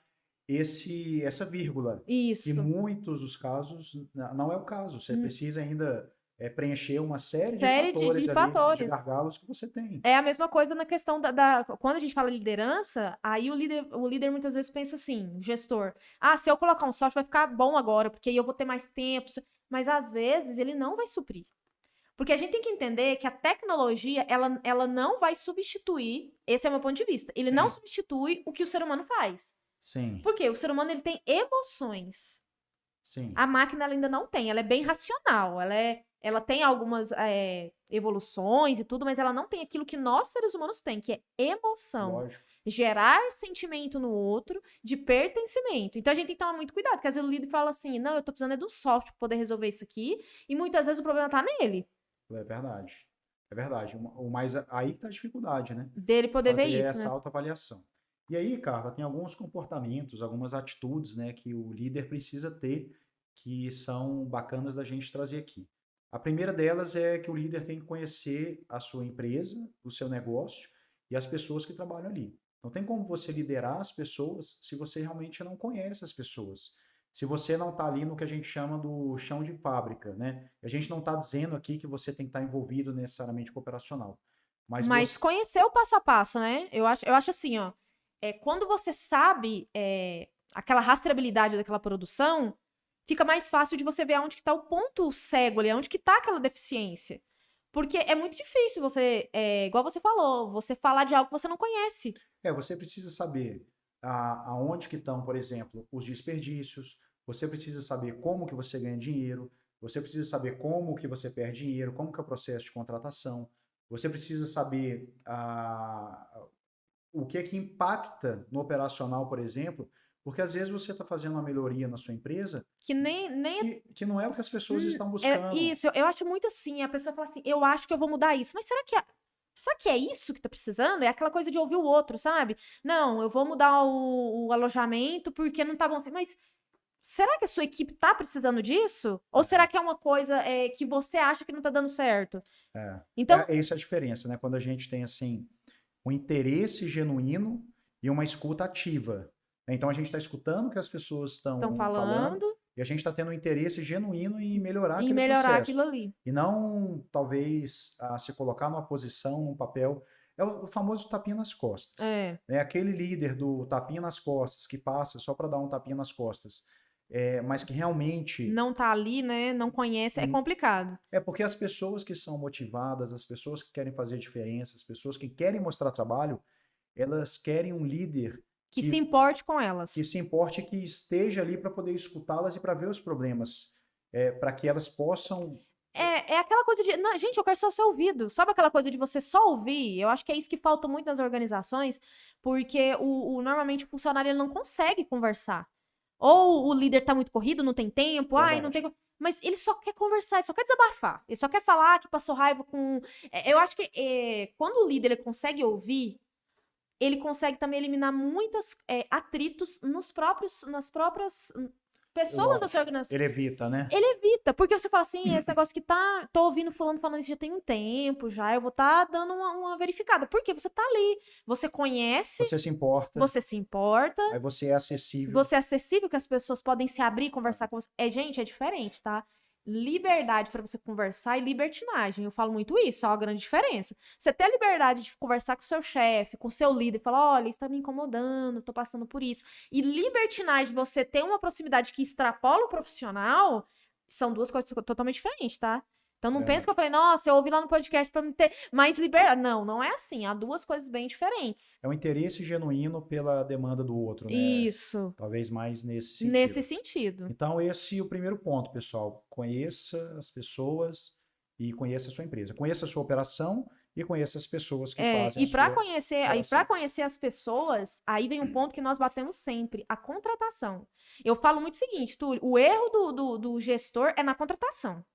esse essa vírgula. E Isso. muitos dos casos n- não é o caso. Você Hum, precisa ainda é, preencher uma série de Série de, fatores de ali, de fatores. gargalos que você tem. É a mesma coisa na questão da, da- Quando a gente fala liderança, aí o líder, o líder muitas vezes pensa assim, o gestor. Ah, se eu colocar um software vai ficar bom agora, porque aí eu vou ter mais tempo. Mas às vezes ele não vai suprir. Porque a gente tem que entender que a tecnologia, ela, ela não vai substituir, esse é o meu ponto de vista, ele não Sim, substitui o que o ser humano faz. sim, Por quê? O ser humano ele tem emoções. sim. A máquina ela ainda não tem, ela é bem racional, ela, é, ela tem algumas é, evoluções e tudo, mas ela não tem aquilo que nós seres humanos têm, que é emoção. Lógico. Gerar sentimento no outro de pertencimento. Então a gente tem que tomar muito cuidado, porque às vezes o líder fala assim: não, eu tô precisando é de um software para poder resolver isso aqui, e muitas vezes o problema tá nele, É verdade. É verdade. O mais aí que está a dificuldade, né? dele poder ver Fazer isso, essa né? autoavaliação. E aí, Carla, tem alguns comportamentos, algumas atitudes, né, que o líder precisa ter que são bacanas da gente trazer aqui. A primeira delas é que o líder tem que conhecer a sua empresa, o seu negócio e as pessoas que trabalham ali. Não tem como você liderar as pessoas se você realmente não conhece as pessoas. Se você não está ali no que a gente chama do chão de fábrica, né? A gente não está dizendo aqui que você tem que estar envolvido necessariamente com o operacional. Mas Mas você, conhecer o passo a passo, né? Eu acho, eu acho assim, ó. É, quando você sabe é, aquela rastreabilidade daquela produção, fica mais fácil de você ver aonde que tá o ponto cego ali, aonde que tá aquela deficiência. Porque é muito difícil você, é, igual você falou, você falar de algo que você não conhece. É, você precisa saber a, aonde que estão, por exemplo, os desperdícios, você precisa saber como que você ganha dinheiro, você precisa saber como que você perde dinheiro, como que é o processo de contratação, você precisa saber a, o que é que impacta no operacional, por exemplo, porque às vezes você está fazendo uma melhoria na sua empresa Que nem, nem que, que não é o que as pessoas Hum, estão é buscando. isso, eu, eu acho muito assim, a pessoa fala assim, eu acho que eu vou mudar isso, mas será que é, será que é isso que tá precisando? É aquela coisa de ouvir o outro, sabe? Não, eu vou mudar o, o alojamento porque não tá bom assim, mas será que a sua equipe tá precisando disso? Ou será que é uma coisa é, que você acha que não tá dando certo? É, Então, é, é essa a diferença, né? Quando a gente tem assim um interesse genuíno e uma escuta ativa. Então a gente está escutando o que as pessoas estão estão falando falando e a gente está tendo um interesse genuíno em melhorar em aquele melhorar aquilo processo. ali. E não, talvez, a se colocar numa posição, num papel. É o famoso tapinha nas costas. É, É aquele líder do tapinha nas costas, que passa só para dar um tapinha nas costas, é, mas que realmente. não tá ali, né? Não conhece, é complicado. É porque as pessoas que são motivadas, as pessoas que querem fazer diferença, as pessoas que querem mostrar trabalho, elas querem um líder Que se que, importe com que elas. se importe, que esteja ali para poder escutá-las e para ver os problemas, é, para que elas possam É, é, é aquela coisa de... Não, gente, eu quero só ser ouvido. Sabe aquela coisa de você só ouvir? Eu acho que é isso que falta muito nas organizações, porque o, o normalmente o funcionário ele não consegue conversar. Ou o líder tá muito corrido, não tem tempo, ai, não tem... Verdade. Mas ele só quer conversar, ele só quer desabafar. Ele só quer falar que passou raiva com... É, eu acho que é, quando o líder ele consegue ouvir, ele consegue também eliminar muitos é, atritos nos próprios, nas próprias hum, pessoas da Lógico. sua organização. Ele evita, né? Ele evita, porque você fala assim, esse negócio que tá, tô ouvindo fulano falando isso já tem um tempo, já, eu vou tá dando uma, uma verificada. Porque você tá ali, você conhece, Você se importa, você se importa, aí você é acessível. você é acessível, que as pessoas podem se abrir e conversar com você. É, gente, é diferente, tá? Liberdade pra você conversar e libertinagem. Eu falo muito isso, é uma grande diferença. Você ter a liberdade de conversar com o seu chefe, com o seu líder, e falar, olha, isso tá me incomodando, tô passando por isso. E libertinagem, você ter uma proximidade que extrapola o profissional, são duas coisas totalmente diferentes, tá? Então não É, pensa que eu falei, nossa, eu ouvi lá no podcast pra me ter mais liberdade. Não, não é assim. Há duas coisas bem diferentes. é um interesse genuíno pela demanda do outro, né? Isso. Talvez mais nesse sentido. Nesse sentido. Então, esse é o primeiro ponto, pessoal. Conheça as pessoas e conheça a sua empresa. Conheça a sua operação e conheça as pessoas que É, fazem e a para sua conhecer, aí operação. para conhecer as pessoas, aí vem um ponto que nós batemos sempre, a contratação. Eu falo muito o seguinte, Túlio, o erro do, do, do gestor é na contratação.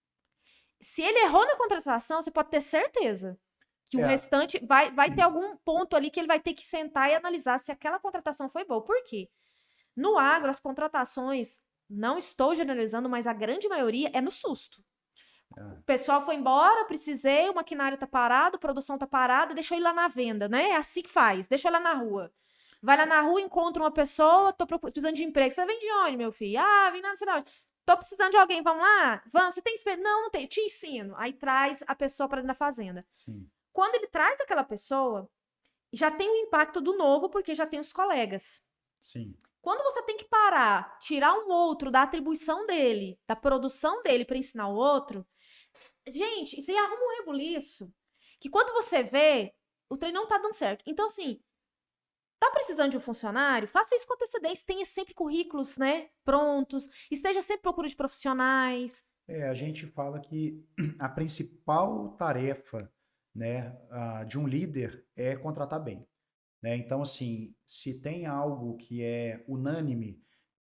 Se ele errou na contratação, você pode ter certeza que o É. restante vai, vai ter algum ponto ali que ele vai ter que sentar e analisar se aquela contratação foi boa. Por quê? No agro, as contratações, não estou generalizando, mas a grande maioria é no susto. É. O pessoal foi embora, precisei, o maquinário tá parado, a produção tá parada, deixa eu ir lá na venda, né? É assim que faz, deixa eu ir lá na rua. Vai lá na rua, encontra uma pessoa, tô precisando de emprego. Você vem de onde, meu filho? Ah, vim lá, não sei de onde. Tô precisando de alguém, vamos lá? Vamos, você tem experiência? Não, não tenho, te ensino. Aí traz a pessoa para dentro da fazenda. Sim. Quando ele traz aquela pessoa, já tem o impacto do novo, porque já tem os colegas. Sim. Quando você tem que parar, tirar um outro da atribuição dele, da produção dele para ensinar o outro, gente, isso aí arruma um rebuliço. Que quando você vê, o trem não tá dando certo. Então, assim, tá precisando de um funcionário? Faça isso com antecedência. Tenha sempre currículos, né, prontos. Esteja sempre à procura de profissionais. É, a gente fala que a principal tarefa, né, a, de um líder é contratar bem. Né? Então, assim, se tem algo que é unânime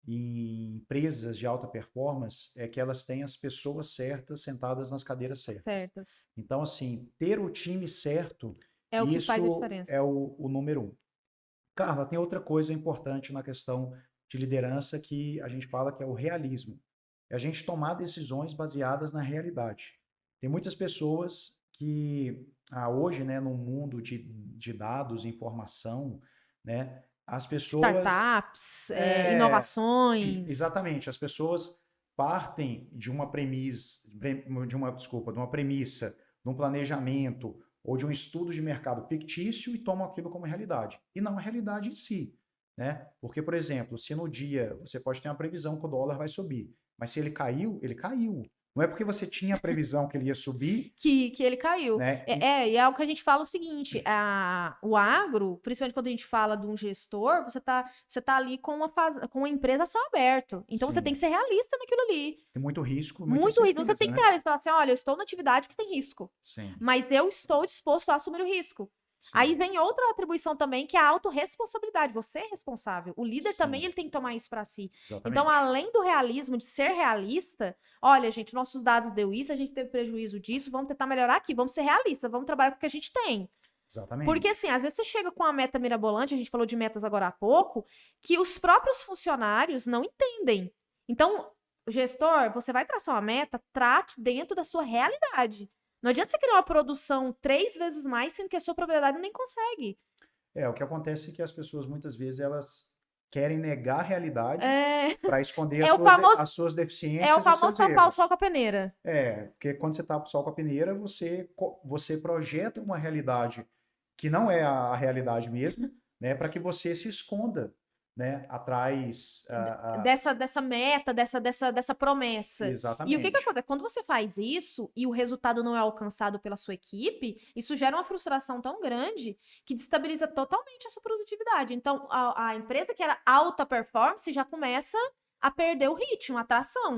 em empresas de alta performance, é que elas têm as pessoas certas sentadas nas cadeiras certas. Certas. Então, assim, ter o time certo, É o que isso faz a diferença. é o, o número um. Carla, tem outra coisa importante na questão de liderança que a gente fala que é o realismo. É a gente tomar decisões baseadas na realidade. Tem muitas pessoas que, ah, hoje, né, no mundo de, de dados, informação, né, as pessoas... Startups, é, É, inovações. Exatamente, as pessoas partem de uma premissa, de uma, desculpa, de uma premissa, de um planejamento ou de um estudo de mercado fictício e tomam aquilo como realidade. E não a realidade em si, né? Porque, por exemplo, se no dia você pode ter uma previsão que o dólar vai subir, mas se ele caiu, ele caiu. Não é porque você tinha a previsão que ele ia subir... Que, que ele caiu. Né? É, é, e é o que a gente fala o seguinte, a, o agro, principalmente quando a gente fala de um gestor, você tá, você tá ali com uma, faz, com uma empresa a céu aberto. Então, Sim. você tem que ser realista naquilo ali. Tem muito risco, muita Muito risco. incerteza, Você tem que né? ser realista e falar assim, olha, eu estou na atividade que tem risco. Sim. Mas eu estou disposto a assumir o risco. Sim. Aí vem outra atribuição também, que é a autorresponsabilidade. Você é responsável. O líder Sim. também ele tem que tomar isso para si. Exatamente. Então, além do realismo, de ser realista, olha, gente, nossos dados deu isso, a gente teve prejuízo disso, vamos tentar melhorar aqui, vamos ser realistas, vamos trabalhar com o que a gente tem. Exatamente. Porque, assim, às vezes você chega com uma meta mirabolante, a gente falou de metas agora há pouco, que os próprios funcionários não entendem. Então, gestor, você vai traçar uma meta, trate dentro da sua realidade. Não adianta você criar uma produção três vezes mais, sendo que a sua propriedade nem consegue. É, o que acontece é que as pessoas, muitas vezes, elas querem negar a realidade É, para esconder é as, o suas, famoso- de- as suas deficiências é o e os seus famoso tapar o erros. sol com a peneira. É, porque quando você tapa o sol com a peneira, você, co- você projeta uma realidade que não é a a realidade mesmo, né, para que você se esconda, né, atrás... ah, ah, Dessa, dessa meta, dessa, dessa, dessa promessa. exatamente. E o que que acontece? Quando você faz isso e o resultado não é alcançado pela sua equipe, isso gera uma frustração tão grande que destabiliza totalmente a sua produtividade. Então, a, a empresa que era alta performance já começa a perder o ritmo, a atração.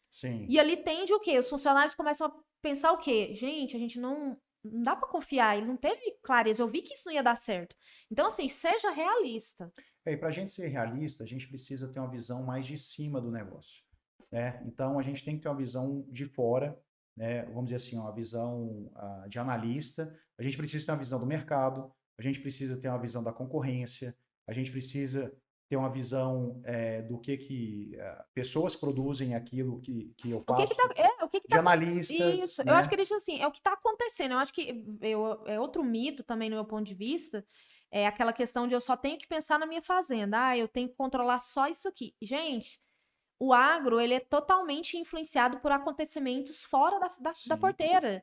Sim. E ali tende o quê? Os funcionários começam a pensar o quê? Gente, a gente não, não dá pra confiar, ele não teve clareza, eu vi que isso não ia dar certo. Então, assim, seja realista. É, e para a gente ser realista, a gente precisa ter uma visão mais de cima do negócio, né? Então, a gente tem que ter uma visão de fora, né? Vamos dizer assim, uma visão ah, de analista. A gente precisa ter uma visão do mercado, a gente precisa ter uma visão da concorrência, a gente precisa ter uma visão eh, do que que ah, pessoas produzem aquilo que, que eu O que que tá, faço, é, o que que de tá, analistas, isso, eu acho que né? ele diz assim, é o que tá acontecendo, eu acho que eu, é outro mito também no meu ponto de vista, é aquela questão de eu só tenho que pensar na minha fazenda, ah, eu tenho que controlar só isso aqui. Gente, o agro, ele é totalmente influenciado por acontecimentos fora da, da, da Sim. porteira.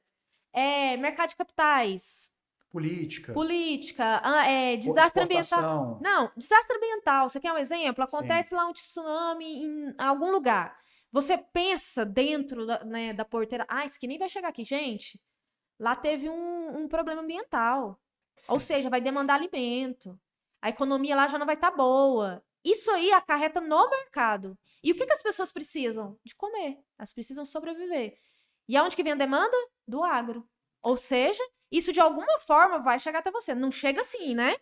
É, mercado de capitais, Política, política, ah, é, o- desastre ambiental. exportação, Não, desastre ambiental, você quer um exemplo? sim. Acontece lá um tsunami em algum lugar. Você pensa dentro da, né, da porteira, ah, isso aqui nem vai chegar aqui. Gente, lá teve um, um problema ambiental. Ou seja, vai demandar alimento. A economia lá já não vai estar boa. Isso aí acarreta no mercado. E o que, que as pessoas precisam? De comer. Elas precisam sobreviver. E aonde que vem a demanda? Do agro. Ou seja, isso de alguma forma vai chegar até você. Não chega assim, né?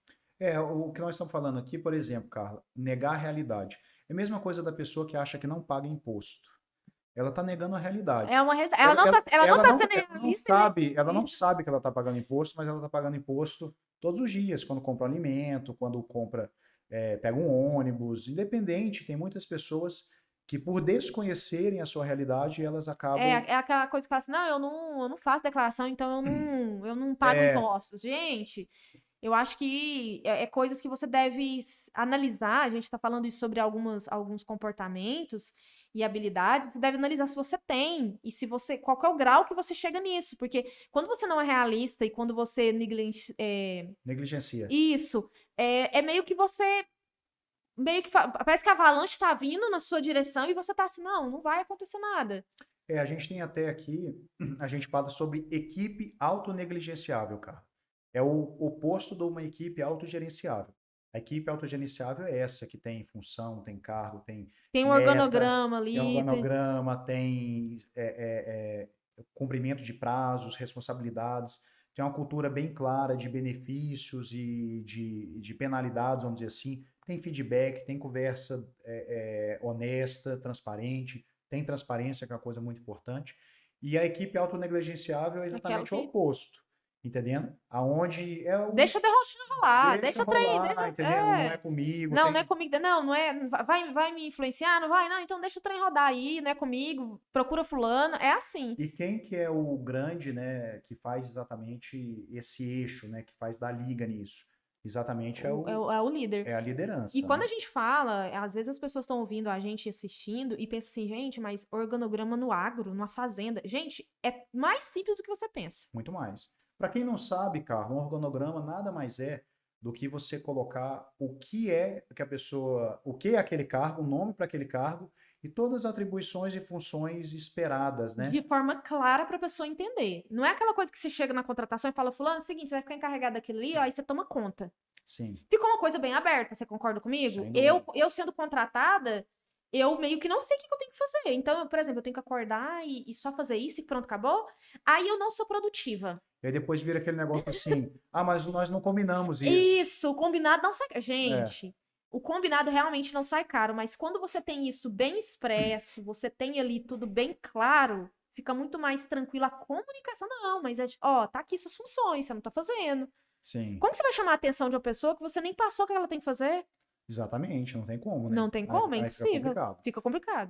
É, o que nós estamos falando aqui, por exemplo, Carla, negar a realidade. É a mesma coisa da pessoa que acha que não paga imposto. Ela está negando a realidade. É uma realidade. Ela Ela, não ela, tá, ela não ela tá não, sendo ela não realista, né? sabe, ela não sabe que ela está pagando imposto, mas ela está pagando imposto todos os dias, quando compra alimento, quando compra, é, pega um ônibus, independente, tem muitas pessoas que por desconhecerem a sua realidade, elas É, acabam. é aquela coisa que fala assim, não, eu não, eu não faço declaração, então eu não, eu não pago É, impostos. Gente, eu acho que é, é coisas que você deve s- analisar. A gente está falando isso sobre algumas, alguns comportamentos e habilidades. Você deve analisar se você tem e se você, qual que é o grau que você chega nisso. Porque quando você não é realista e quando você negligencia, é, negligencia. isso, é, é meio que você meio que fa- parece que a avalanche tá vindo na sua direção e você tá assim, não, não vai acontecer nada. É, a gente tem até aqui, a gente fala sobre equipe autonegligenciável, cara. É o oposto de uma equipe autogerenciável. A equipe autogerenciável é essa que tem função, tem cargo, tem Tem um meta, organograma tem ali, tem... organograma, tem é, é, é, cumprimento de prazos, responsabilidades, tem uma cultura bem clara de benefícios e de, de penalidades, vamos dizer assim, tem feedback, tem conversa é, é, honesta, transparente, tem transparência, que é uma coisa muito importante. E a equipe autonegligenciável é aquela exatamente o que oposto, entendendo? Aonde é o deixa a derrotina rolar, deixa deixa o trem, rolar, deixa... entendeu? Não é É... comigo, Não, não é tem. comigo, não, não é... Vai, vai me influenciar? Não vai? Não, então deixa o trem rodar aí, não é comigo, procura fulano, é assim. E quem que é o grande, né, que faz exatamente esse eixo, né, que faz dar liga nisso? Exatamente é, O, é, o, o, é o líder. é a E liderança, quando a né? gente fala, às vezes as pessoas estão ouvindo a gente assistindo e pensam assim, gente, mas organograma no agro, numa fazenda. Gente, é mais simples do que você pensa. Muito mais. Para quem não sabe, Carlos, um organograma nada mais é do que você colocar o que é que a pessoa, o que é aquele cargo, o nome para aquele cargo e todas as atribuições e funções esperadas, né? De forma clara para a pessoa entender. Não é aquela coisa que você chega na contratação e fala, fulano, é o seguinte, você vai ficar encarregado daquilo ali, ó, aí você toma conta. Sim, Ficou uma coisa bem aberta, você concorda comigo? sem Eu, dúvida. eu sendo contratada, eu meio que não sei o que eu tenho que fazer. Então, eu, por exemplo, eu tenho que acordar e, e só fazer isso e pronto, acabou. Aí eu não sou produtiva. E aí depois vira aquele negócio assim, ah, mas nós não combinamos isso. Isso, o combinado não sai. É, Gente, o combinado realmente não sai caro, mas quando você tem isso bem expresso, você tem ali tudo bem claro, fica muito mais tranquila a comunicação. Não, mas é, ó, tá aqui suas funções, você não tá fazendo. sim, Como que você vai chamar a atenção de uma pessoa que você nem passou o que ela tem que fazer? exatamente, não tem como, né? Não tem Aí, como, é aí fica impossível. complicado. Fica complicado.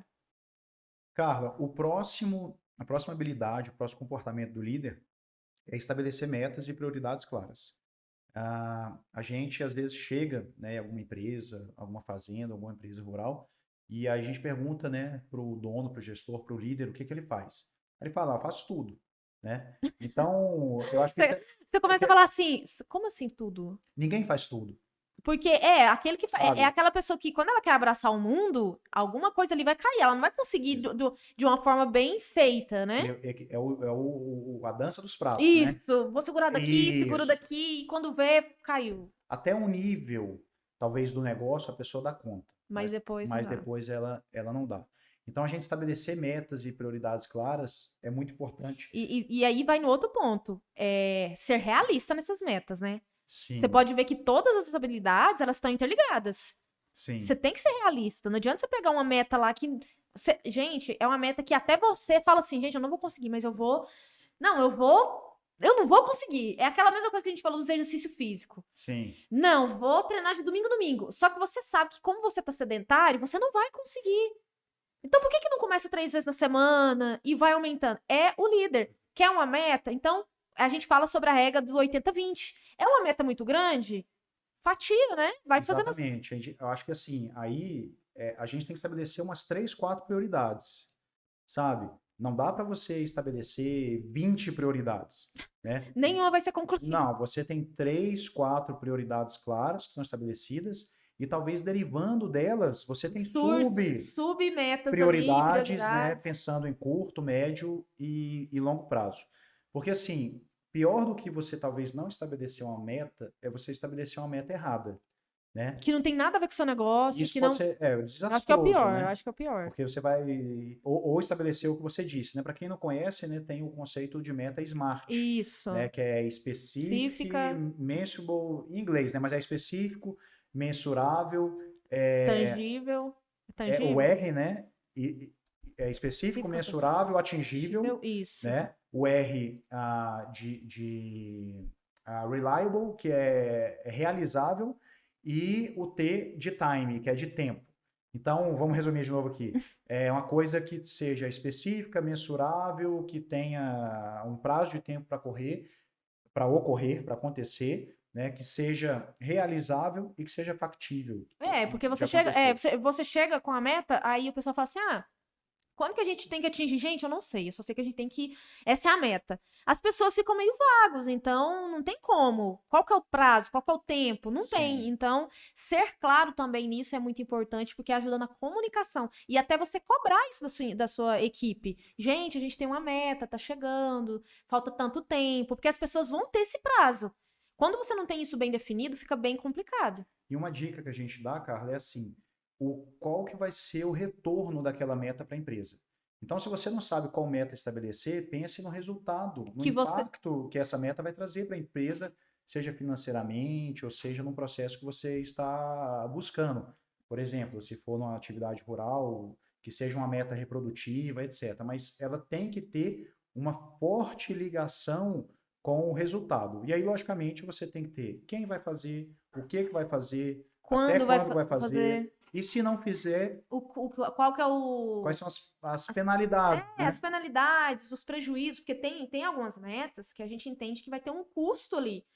Carla, o próximo, a próxima habilidade, o próximo comportamento do líder é estabelecer metas e prioridades claras. Ah, a gente às vezes chega, né, em alguma empresa, alguma fazenda, alguma empresa rural, e a gente pergunta, né, para o dono, para o gestor, para o líder, o que que ele faz. Ele fala, ah, eu faço tudo, né? Então, eu acho que isso Você, é, você é começa que a falar assim, como assim tudo? ninguém faz tudo, Porque é aquele que fa- é, é sabe? aquela pessoa que, quando ela quer abraçar o mundo, alguma coisa ali vai cair. Ela não vai conseguir do- Exa- do- de uma forma bem feita, né? É, é, é o, é o, o- a dança dos pratos, né? Isso, vou segurar daqui, seguro Isso. daqui, e quando vê, caiu. Até um nível, talvez, do negócio, a pessoa dá conta, Mas mas, depois não mas dá. depois ela, ela não dá. Então, a gente estabelecer metas e prioridades claras é muito importante. E, e, e aí vai no outro ponto, é ser realista nessas metas, né? Você Sim, pode ver que todas essas habilidades, elas estão interligadas. Você sim, tem que ser realista. Não adianta você pegar uma meta lá que... você- gente, é uma meta que até você fala assim, gente, eu não vou conseguir, mas eu vou... Não, eu vou... Eu não vou conseguir. É aquela mesma coisa que a gente falou do exercício físico. sim. Não, vou treinar de domingo a domingo. Só que você sabe que como você tá sedentário, você não vai conseguir. Então por que que não começa três vezes na semana e vai aumentando? É o líder. Quer uma meta? Então a gente fala sobre a regra do oitenta vinte. É uma meta muito grande? Fatia, né? Vai fazendo as... Exatamente. A gente- eu acho que assim, aí é, a gente tem que estabelecer umas três, quatro prioridades, sabe? Não dá para você estabelecer vinte prioridades, né? Nenhuma vai ser concluída. Não, você tem três, quatro prioridades claras que são estabelecidas e talvez derivando delas, você tem Sur... sub Submetas ali, prioridades, né? prioridades. Pensando em curto, médio e, e longo prazo. Porque assim, pior do que você talvez não estabelecer uma meta é você estabelecer uma meta errada, né? Que não tem nada a ver com o seu negócio, Isso que pode não... ser é, Eu acho que é o desastroso, pior, eu né? acho que é o pior. Porque você vai ou, ou estabelecer o que você disse, né? Para quem não conhece, né, tem o conceito de meta SMART, né? Isso. Que é specific, Específica, measurable em inglês, né? Mas é específico, mensurável, é, tangível. é o Tangível? R, né? E, é específico, Específica, mensurável, atingível, tangível, isso. né? O R ah, de, de ah, reliable, que é é realizável, e o T de time, que é de tempo. Então, vamos resumir de novo aqui. É uma coisa que seja específica, mensurável, que tenha um prazo de tempo para correr, para ocorrer, para acontecer, né? Que seja realizável e que seja factível É, porque de você chega, é, acontecer. você, você chega com a meta, aí o pessoal fala assim: ah, quando que a gente tem que atingir? Gente, eu não sei, eu só sei que a gente tem que. Essa é a meta. As pessoas ficam meio vagos, então não tem como. Qual que é o prazo? Qual que é o tempo? Não tem. Sim. Então, ser claro também nisso é muito importante, porque ajuda na comunicação. E até você cobrar isso da sua, da sua equipe. Gente, a gente tem uma meta, tá chegando, falta tanto tempo, porque as pessoas vão ter esse prazo. Quando você não tem isso bem definido, fica bem complicado. E uma dica que a gente dá, Carla, é assim: o, qual que vai ser o retorno daquela meta para a empresa? Então, se você não sabe qual meta estabelecer, pense no resultado, no Que você. impacto que essa meta vai trazer para a empresa, seja financeiramente ou seja num processo que você está buscando. Por exemplo, se for numa atividade rural, que seja uma meta reprodutiva, etcétera. Mas ela tem que ter uma forte ligação com o resultado. E aí, logicamente, você tem que ter quem vai fazer, o que que vai fazer, até Quando vai quando fa- vai fazer, fazer. e se não fizer, O, o- qual que é o. quais são as, as as- penalidades, é, né? as penalidades, os prejuízos, porque tem, tem algumas metas que a gente entende que vai ter um custo ali,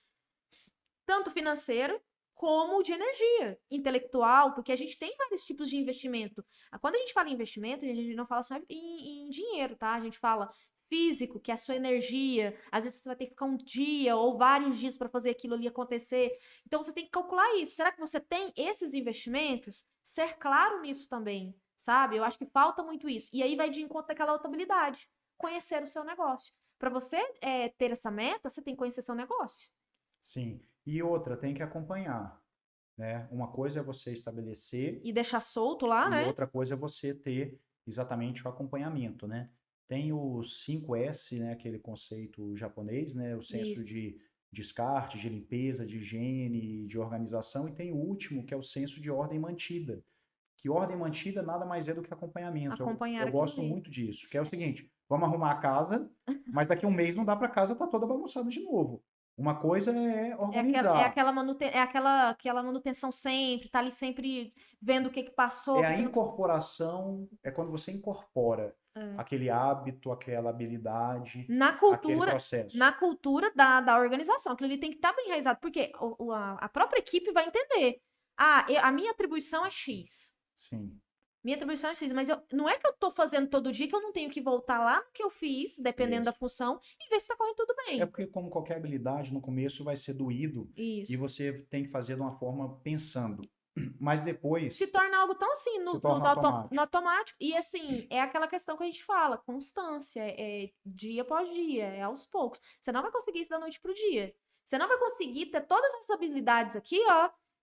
tanto financeiro como de energia, intelectual, porque a gente tem vários tipos de investimento. Ah, quando a gente fala em investimento, a gente não fala só em, em dinheiro, tá? A gente fala físico, que é a sua energia. Às vezes você vai ter que ficar um dia ou vários dias para fazer aquilo ali acontecer. Então você tem que calcular isso. Será que você tem esses investimentos? Ser claro nisso também, sabe? Eu acho que falta muito isso. E aí vai de encontro daquela outra habilidade, conhecer o seu negócio. Para você é, ter essa meta, você tem que conhecer seu negócio. Sim. E outra, tem que acompanhar, né? Uma coisa é você estabelecer E deixar solto lá, e né? outra coisa é você ter exatamente o acompanhamento, né? Tem o cinco S, né? Aquele conceito japonês, né? O senso Isso. de descarte, de limpeza, de higiene, de organização, e tem o último, que é o senso de ordem mantida. Que ordem mantida nada mais é do que acompanhamento. Eu, Acompanhar eu aquilo gosto ali. muito disso, que é o seguinte: vamos arrumar a casa, mas daqui a um mês não dá para a casa estar tá toda bagunçada de novo. Uma coisa é É aquela, é organizar, aquela, manuten é aquela, aquela manutenção sempre, tá ali sempre vendo o que que passou, é o que a que não. incorporação, é quando você incorpora É. aquele hábito, aquela habilidade, Na aquele cultura, processo. na cultura da, da organização, aquilo ali tem que estar bem enraizado, porque o, o- a, a própria equipe vai entender. Ah, eu- a minha atribuição é X. Sim, Minha atribuição é X, mas eu, não é que eu tô fazendo todo dia que eu não tenho que voltar lá no que eu fiz, dependendo da isso. função, e ver se tá correndo tudo É bem. porque, como qualquer habilidade, no começo vai ser doído e Isso. você tem que fazer de uma forma pensando. Mas Se depois torna algo tão assim, se no, no, torna auto- no automático. automático. E assim, é aquela questão que a gente fala, constância, é é dia após dia, é aos poucos. Você não vai conseguir isso da noite pro dia. Você não vai conseguir ter todas essas habilidades aqui, ó,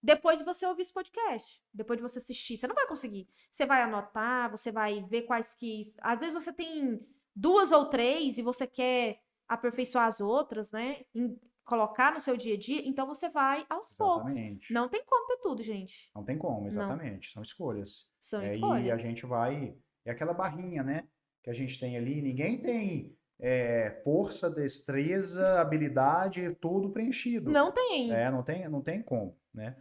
depois de você ouvir esse podcast, depois de você assistir. Você não vai conseguir. Você vai anotar, você vai ver quais que... Às vezes você tem duas ou três e você quer aperfeiçoar as outras, né? Em- colocar no seu dia a dia, então você vai aos poucos. Exatamente. Não tem como ter tudo, gente. Não tem como, Não. exatamente. São escolhas. São É, e a escolhas. gente vai. É aquela barrinha, né? Que a gente tem ali. Ninguém tem é, força, destreza, habilidade, tudo preenchido. Não tem. É, não tem, não tem como, né?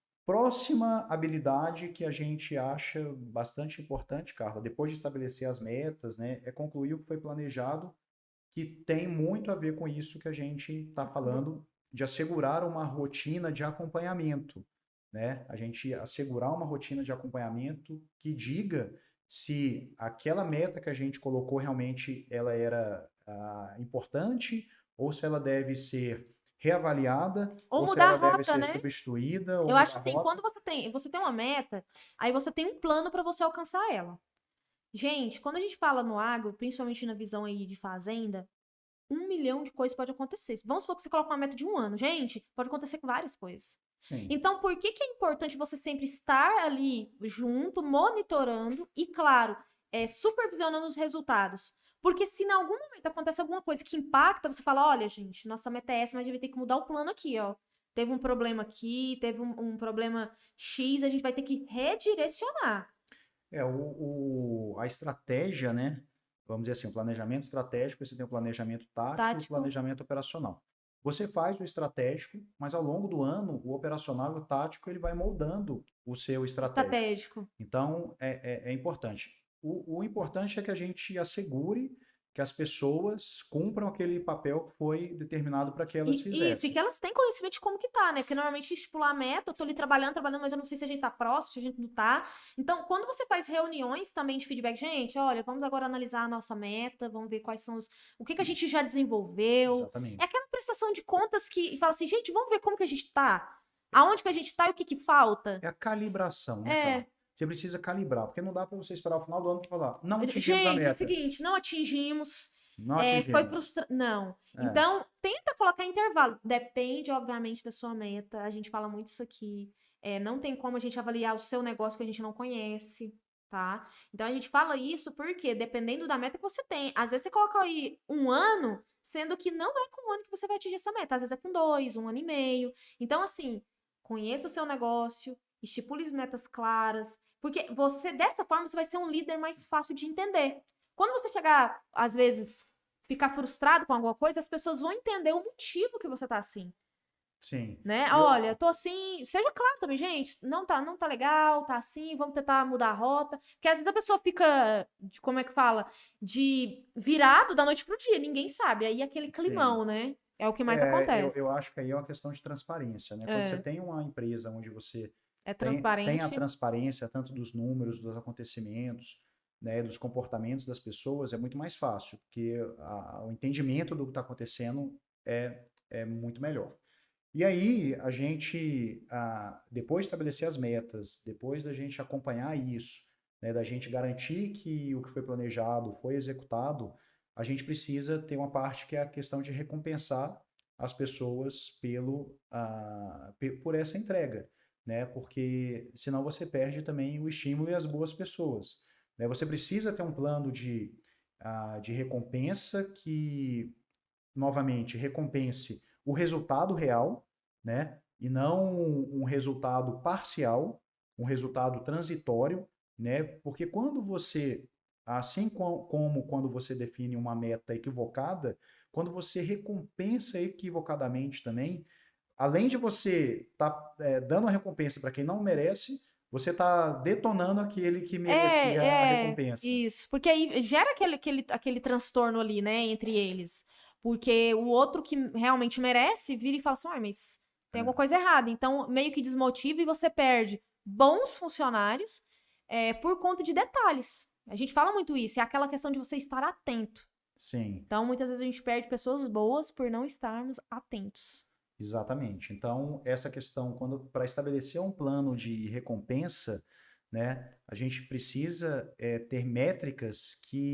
Próxima habilidade que a gente acha bastante importante, Carla, depois de estabelecer as metas, né, é concluir o que foi planejado, que tem muito a ver com isso que a gente está falando, de assegurar uma rotina de acompanhamento, né? A gente assegurar uma rotina de acompanhamento que diga se aquela meta que a gente colocou realmente ela era ah, importante ou se ela deve ser reavaliada Ou ou se mudar a ela deve rota, ser né? substituída ou Eu acho mudar a assim, rota. quando você tem, você tem uma meta, aí você tem um plano para você alcançar ela. Gente, quando a gente fala no agro, principalmente na visão aí de fazenda, um milhão de coisas pode acontecer. Vamos supor que você coloca uma meta de um ano. Gente, pode acontecer com várias coisas. Sim, Então, por que que é importante você sempre estar ali junto, monitorando e, claro, é, supervisionando os resultados? Porque se em algum momento acontece alguma coisa que impacta, você fala, olha, gente, nossa meta é essa, mas a gente vai ter que mudar o plano aqui, ó. Teve um problema aqui, teve um, um problema X, a gente vai ter que redirecionar. é o, o- a estratégia, né? Vamos dizer assim, o planejamento estratégico, você tem o planejamento tático e o Tático, planejamento operacional. Você faz o estratégico, mas ao longo do ano, o operacional e o tático, ele vai moldando o seu estratégico. estratégico. Então, é, é, é importante. O, o importante é que a gente assegure que as pessoas cumpram aquele papel que foi determinado para que elas E, isso, e fizessem. que elas têm conhecimento de como que tá, né? Porque normalmente estipular a meta, eu tô ali trabalhando, trabalhando, mas eu não sei se a gente tá próximo, se a gente não tá. Então, quando você faz reuniões também de feedback, gente, olha, vamos agora analisar a nossa meta, vamos ver quais são os. O que que a gente já desenvolveu. É Exatamente. aquela prestação de contas que fala assim, gente, vamos ver como que a gente tá. Aonde que a gente tá e o que que falta. É a calibração, né, cara? É, Você precisa calibrar, porque não dá para você esperar o final do ano para falar, não atingimos a gente, é o meta. seguinte, não atingimos, Não é, foi atingimos. frustrante. Não. É, Então, tenta colocar intervalo. Depende, obviamente, da sua meta. A gente fala muito isso aqui. É, não tem como a gente avaliar o seu negócio que a gente não conhece, tá? Então, a gente fala isso porque, dependendo da meta que você tem, às vezes você coloca aí um ano, sendo que não é com um ano que você vai atingir essa meta. Às vezes é com dois, um ano e meio. Então, assim, conheça o seu negócio, estipule metas claras, porque você, dessa forma, você vai ser um líder mais fácil de entender. Quando você chegar, às vezes, ficar frustrado com alguma coisa, as pessoas vão entender o motivo que você tá assim, sim. né? Eu, Olha, tô assim, seja claro também, gente, não tá, não tá legal, tá assim, vamos tentar mudar a rota, porque às vezes a pessoa fica, de- como é que fala, de virado da noite pro dia, ninguém sabe, aí aquele sim. climão, né? É o que mais É, eu, acontece. eu acho que aí é uma questão de transparência, né? Quando você É, tem uma empresa onde você é tem, tem a transparente. transparência tanto dos números, dos acontecimentos, né, dos comportamentos das pessoas, é muito mais fácil, porque a- o entendimento do que está acontecendo é, é muito melhor. E aí, a gente, ah, depois de estabelecer as metas, depois da gente acompanhar isso, né, da gente garantir que o que foi planejado foi executado, a gente precisa ter uma parte que é a questão de recompensar as pessoas pelo, ah, pe- por essa entrega, né? Porque senão você perde também o estímulo e as boas pessoas, né? Você precisa ter um plano de, ah, de recompensa que, novamente, recompense o resultado real, né? E não um resultado parcial, um resultado transitório, né? Porque quando você, assim como quando você define uma meta equivocada, quando você recompensa equivocadamente também, além de você estar tá, é, dando a recompensa para quem não merece, você está detonando aquele que merecia a É, é, recompensa. isso. Porque aí gera aquele, aquele, aquele transtorno ali, né, entre eles. Porque o outro que realmente merece vira e fala assim, uai, mas tem alguma É, coisa errada. Então, meio que desmotiva e você perde bons funcionários é, por conta de detalhes. A gente fala muito isso, é aquela questão de você estar atento. sim. Então, muitas vezes a gente perde pessoas boas por não estarmos atentos. Exatamente. Então, essa questão, quando para estabelecer um plano de recompensa, né, a gente precisa é, ter métricas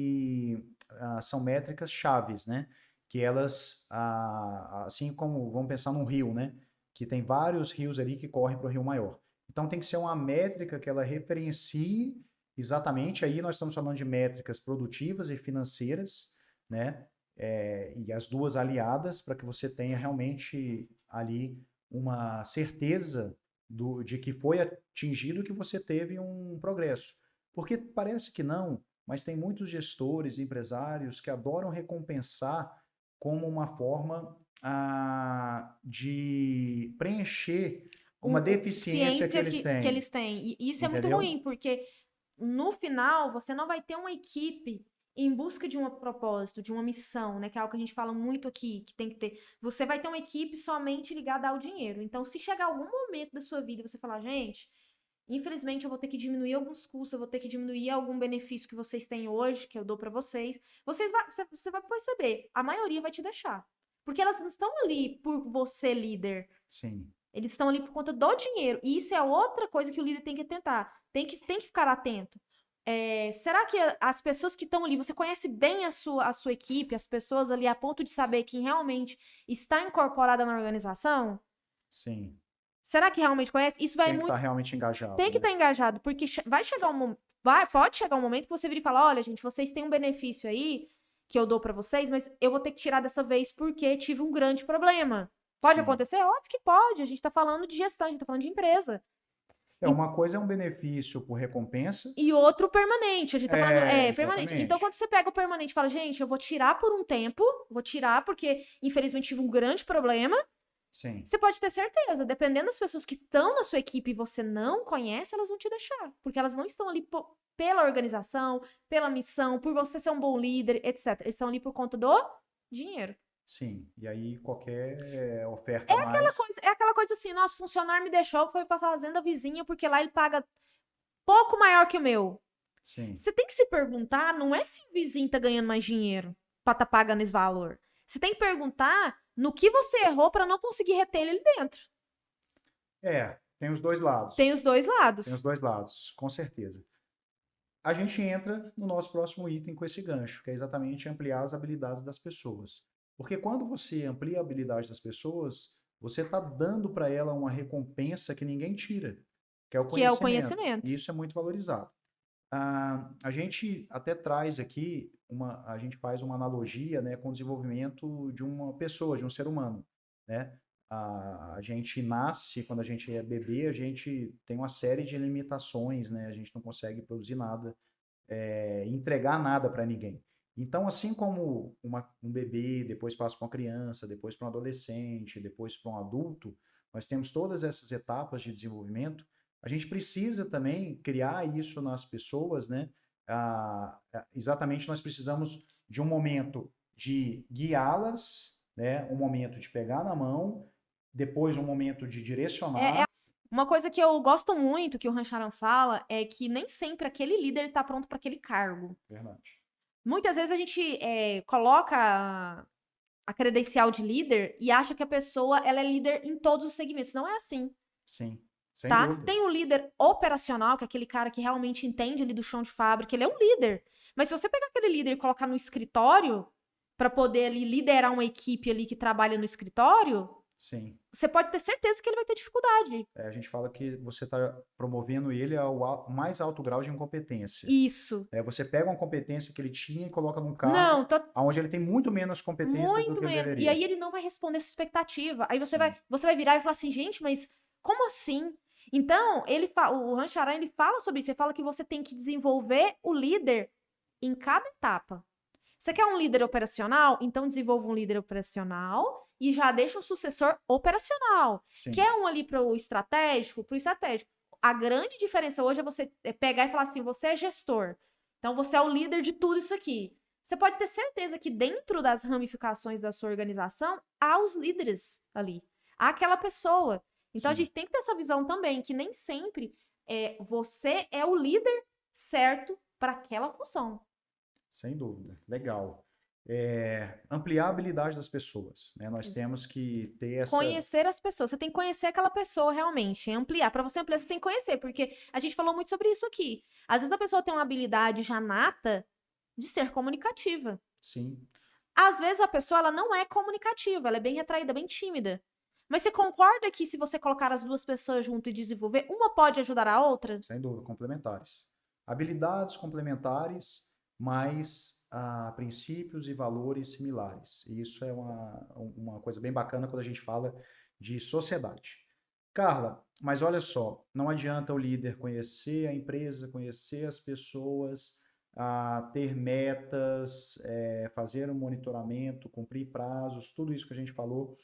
que ah, são métricas chaves, né? Que elas, ah, assim como, vamos pensar num rio, né? que tem vários rios ali que correm para o rio maior. Então tem que ser uma métrica que ela referencie exatamente, aí nós estamos falando de métricas produtivas e financeiras, né? É, e as duas aliadas para que você tenha realmente ali uma certeza do, de que foi atingido, que você teve um progresso. Porque parece que não, mas tem muitos gestores, empresários que adoram recompensar como uma forma ah, de preencher uma O, o- deficiência que ciência eles que, que têm, eles têm. E isso é muito entendeu? ruim, porque no final você não vai ter uma equipe em busca de um propósito, de uma missão, né? Que é algo que a gente fala muito aqui, que tem que ter. Você vai ter uma equipe somente ligada ao dinheiro. Então, se chegar algum momento da sua vida e você falar, gente, infelizmente eu vou ter que diminuir alguns custos, eu vou ter que diminuir algum benefício que vocês têm hoje, que eu dou pra vocês, vocês vai, você, você vai perceber, a maioria vai te deixar. Porque elas não estão ali por você, líder. Sim, Eles estão ali por conta do dinheiro. E isso é outra coisa que o líder tem que tentar. Tem que, tem que ficar atento. É, será que as pessoas que estão ali, você conhece bem a sua, a sua equipe, as pessoas ali, a ponto de saber quem realmente está incorporada na organização? sim. Será que realmente conhece? Isso vai Tem que estar muito. realmente engajado, Tem que né? estar engajado, porque che- vai chegar um momento. Vai, pode chegar um momento que você vira e fala: olha, gente, vocês têm um benefício aí que eu dou pra vocês, mas eu vou ter que tirar dessa vez porque tive um grande problema. Pode Sim. acontecer? Óbvio que pode. A gente tá falando de gestão, a gente tá falando de empresa. É, uma coisa é um benefício por recompensa. E outro permanente. A gente tá falando, É, é, permanente. Então, exatamente. quando você pega o permanente e fala, gente, eu vou tirar por um tempo, vou tirar porque, infelizmente, tive um grande problema, Sim, você pode ter certeza, dependendo das pessoas que estão na sua equipe e você não conhece, elas vão te deixar. Porque elas não estão ali po- pela organização, pela missão, por você ser um bom líder, etcétera. Eles estão ali por conta do dinheiro. sim. E aí qualquer É oferta a aquela mais, coisa, é aquela coisa assim, nosso funcionário me deixou, foi pra fazenda vizinha, porque lá ele paga pouco maior que o meu. sim. Você tem que se perguntar, não é se o vizinho tá ganhando mais dinheiro pra tá pagando esse valor. Você tem que perguntar no que você errou pra não conseguir reter ele ali dentro. É, tem os dois lados. Tem os dois Tem os lados. dois lados, com certeza. A gente entra no nosso próximo item com esse gancho, que é exatamente ampliar as habilidades das pessoas. Porque quando você amplia a habilidade das pessoas, você está dando para ela uma recompensa que ninguém tira, que é o Que é o conhecimento. conhecimento. E isso é muito valorizado. Ah, a gente até traz aqui, uma, a gente faz uma analogia, né, com o desenvolvimento de uma pessoa, de um ser humano, né? A, a gente nasce, quando a gente é bebê, a gente tem uma série de limitações, né? A gente não consegue produzir nada, é, entregar nada para ninguém. Então, assim como uma, um bebê depois passa para uma criança, depois para um adolescente, depois para um adulto, nós temos todas essas etapas de desenvolvimento. A gente precisa também criar isso nas pessoas, né? Ah, exatamente, nós precisamos de um momento de guiá-las, né? Um momento de pegar na mão, depois um momento de É, é direcionar. uma coisa que eu gosto muito que o Rancharan fala é que nem sempre aquele líder está pronto para aquele cargo. Verdade. Muitas vezes a gente é, coloca a, a credencial de líder e acha que a pessoa ela é líder em todos os segmentos. Não é assim. Sim, sem Tá? dúvida. Tem o líder operacional, que é aquele cara que realmente entende ali do chão de fábrica, ele é um líder. Mas se você pegar aquele líder e colocar no escritório, para poder ali liderar uma equipe ali que trabalha no escritório, Sim. você pode ter certeza que ele vai ter dificuldade. É, a gente fala que você está promovendo ele ao al- mais alto grau de incompetência. Isso. É, você pega uma competência que ele tinha e coloca num cargo Não, tô onde ele tem muito menos competências do muito que ele menos. E deveria. aí ele não vai responder sua expectativa. Aí você Sim. vai, você vai virar e falar assim, gente, mas como assim? Então, ele fa- o Rancharan, ele fala sobre isso. Ele fala que você tem que desenvolver o líder em cada etapa. Você quer um líder operacional? Então desenvolva um líder operacional e já deixa um sucessor operacional. Sim. Quer um ali para o estratégico? Para o estratégico. A grande diferença hoje é você pegar e falar assim, você é gestor. Então você é o líder de tudo isso aqui. Você pode ter certeza que dentro das ramificações da sua organização, há os líderes ali. Há aquela pessoa. Então a Sim. gente tem que ter essa visão também, que nem sempre é, você é o líder certo para aquela função. Sem dúvida. Legal. É, ampliar a habilidade das pessoas, né? Nós Isso. temos que ter essa... Conhecer as pessoas. Você tem que conhecer aquela pessoa realmente. Ampliar. Para você ampliar, você tem que conhecer. Porque a gente falou muito sobre isso aqui. Às vezes a pessoa tem uma habilidade já nata de ser comunicativa. Sim. Às vezes a pessoa ela não é comunicativa. Ela é bem retraída, bem tímida. Mas você concorda que se você colocar as duas pessoas junto e desenvolver, uma pode ajudar a outra? Sem dúvida, complementares. Habilidades complementares, mas ah, princípios e valores similares. E isso é uma, uma coisa bem bacana quando a gente fala de sociedade. Carla, mas olha só, não adianta o líder conhecer a empresa, conhecer as pessoas, ah, ter metas, eh, fazer um monitoramento, cumprir prazos, tudo isso que a gente falou,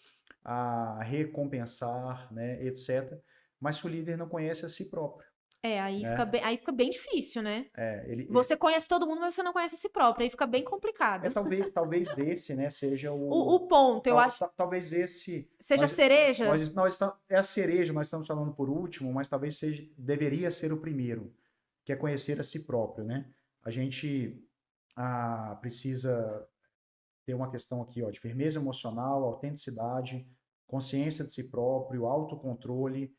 a recompensar, né, etcétera. Mas se o líder não conhece a si próprio, É, aí fica né? bem, aí fica bem difícil, né? É, ele, ele- Você conhece todo mundo, mas você não conhece a si próprio. Aí fica bem é complicado. talvez, talvez esse, né, seja O, o, o ponto, eu tal- acho, tal- talvez esse, seja nós, cereja. nós, nós estamos, é a cereja, nós estamos falando por último, mas talvez seja, deveria ser o primeiro, que é conhecer a si próprio, né? A gente ah, precisa ter uma questão aqui, ó, de firmeza emocional, autenticidade, consciência de si próprio, autocontrole,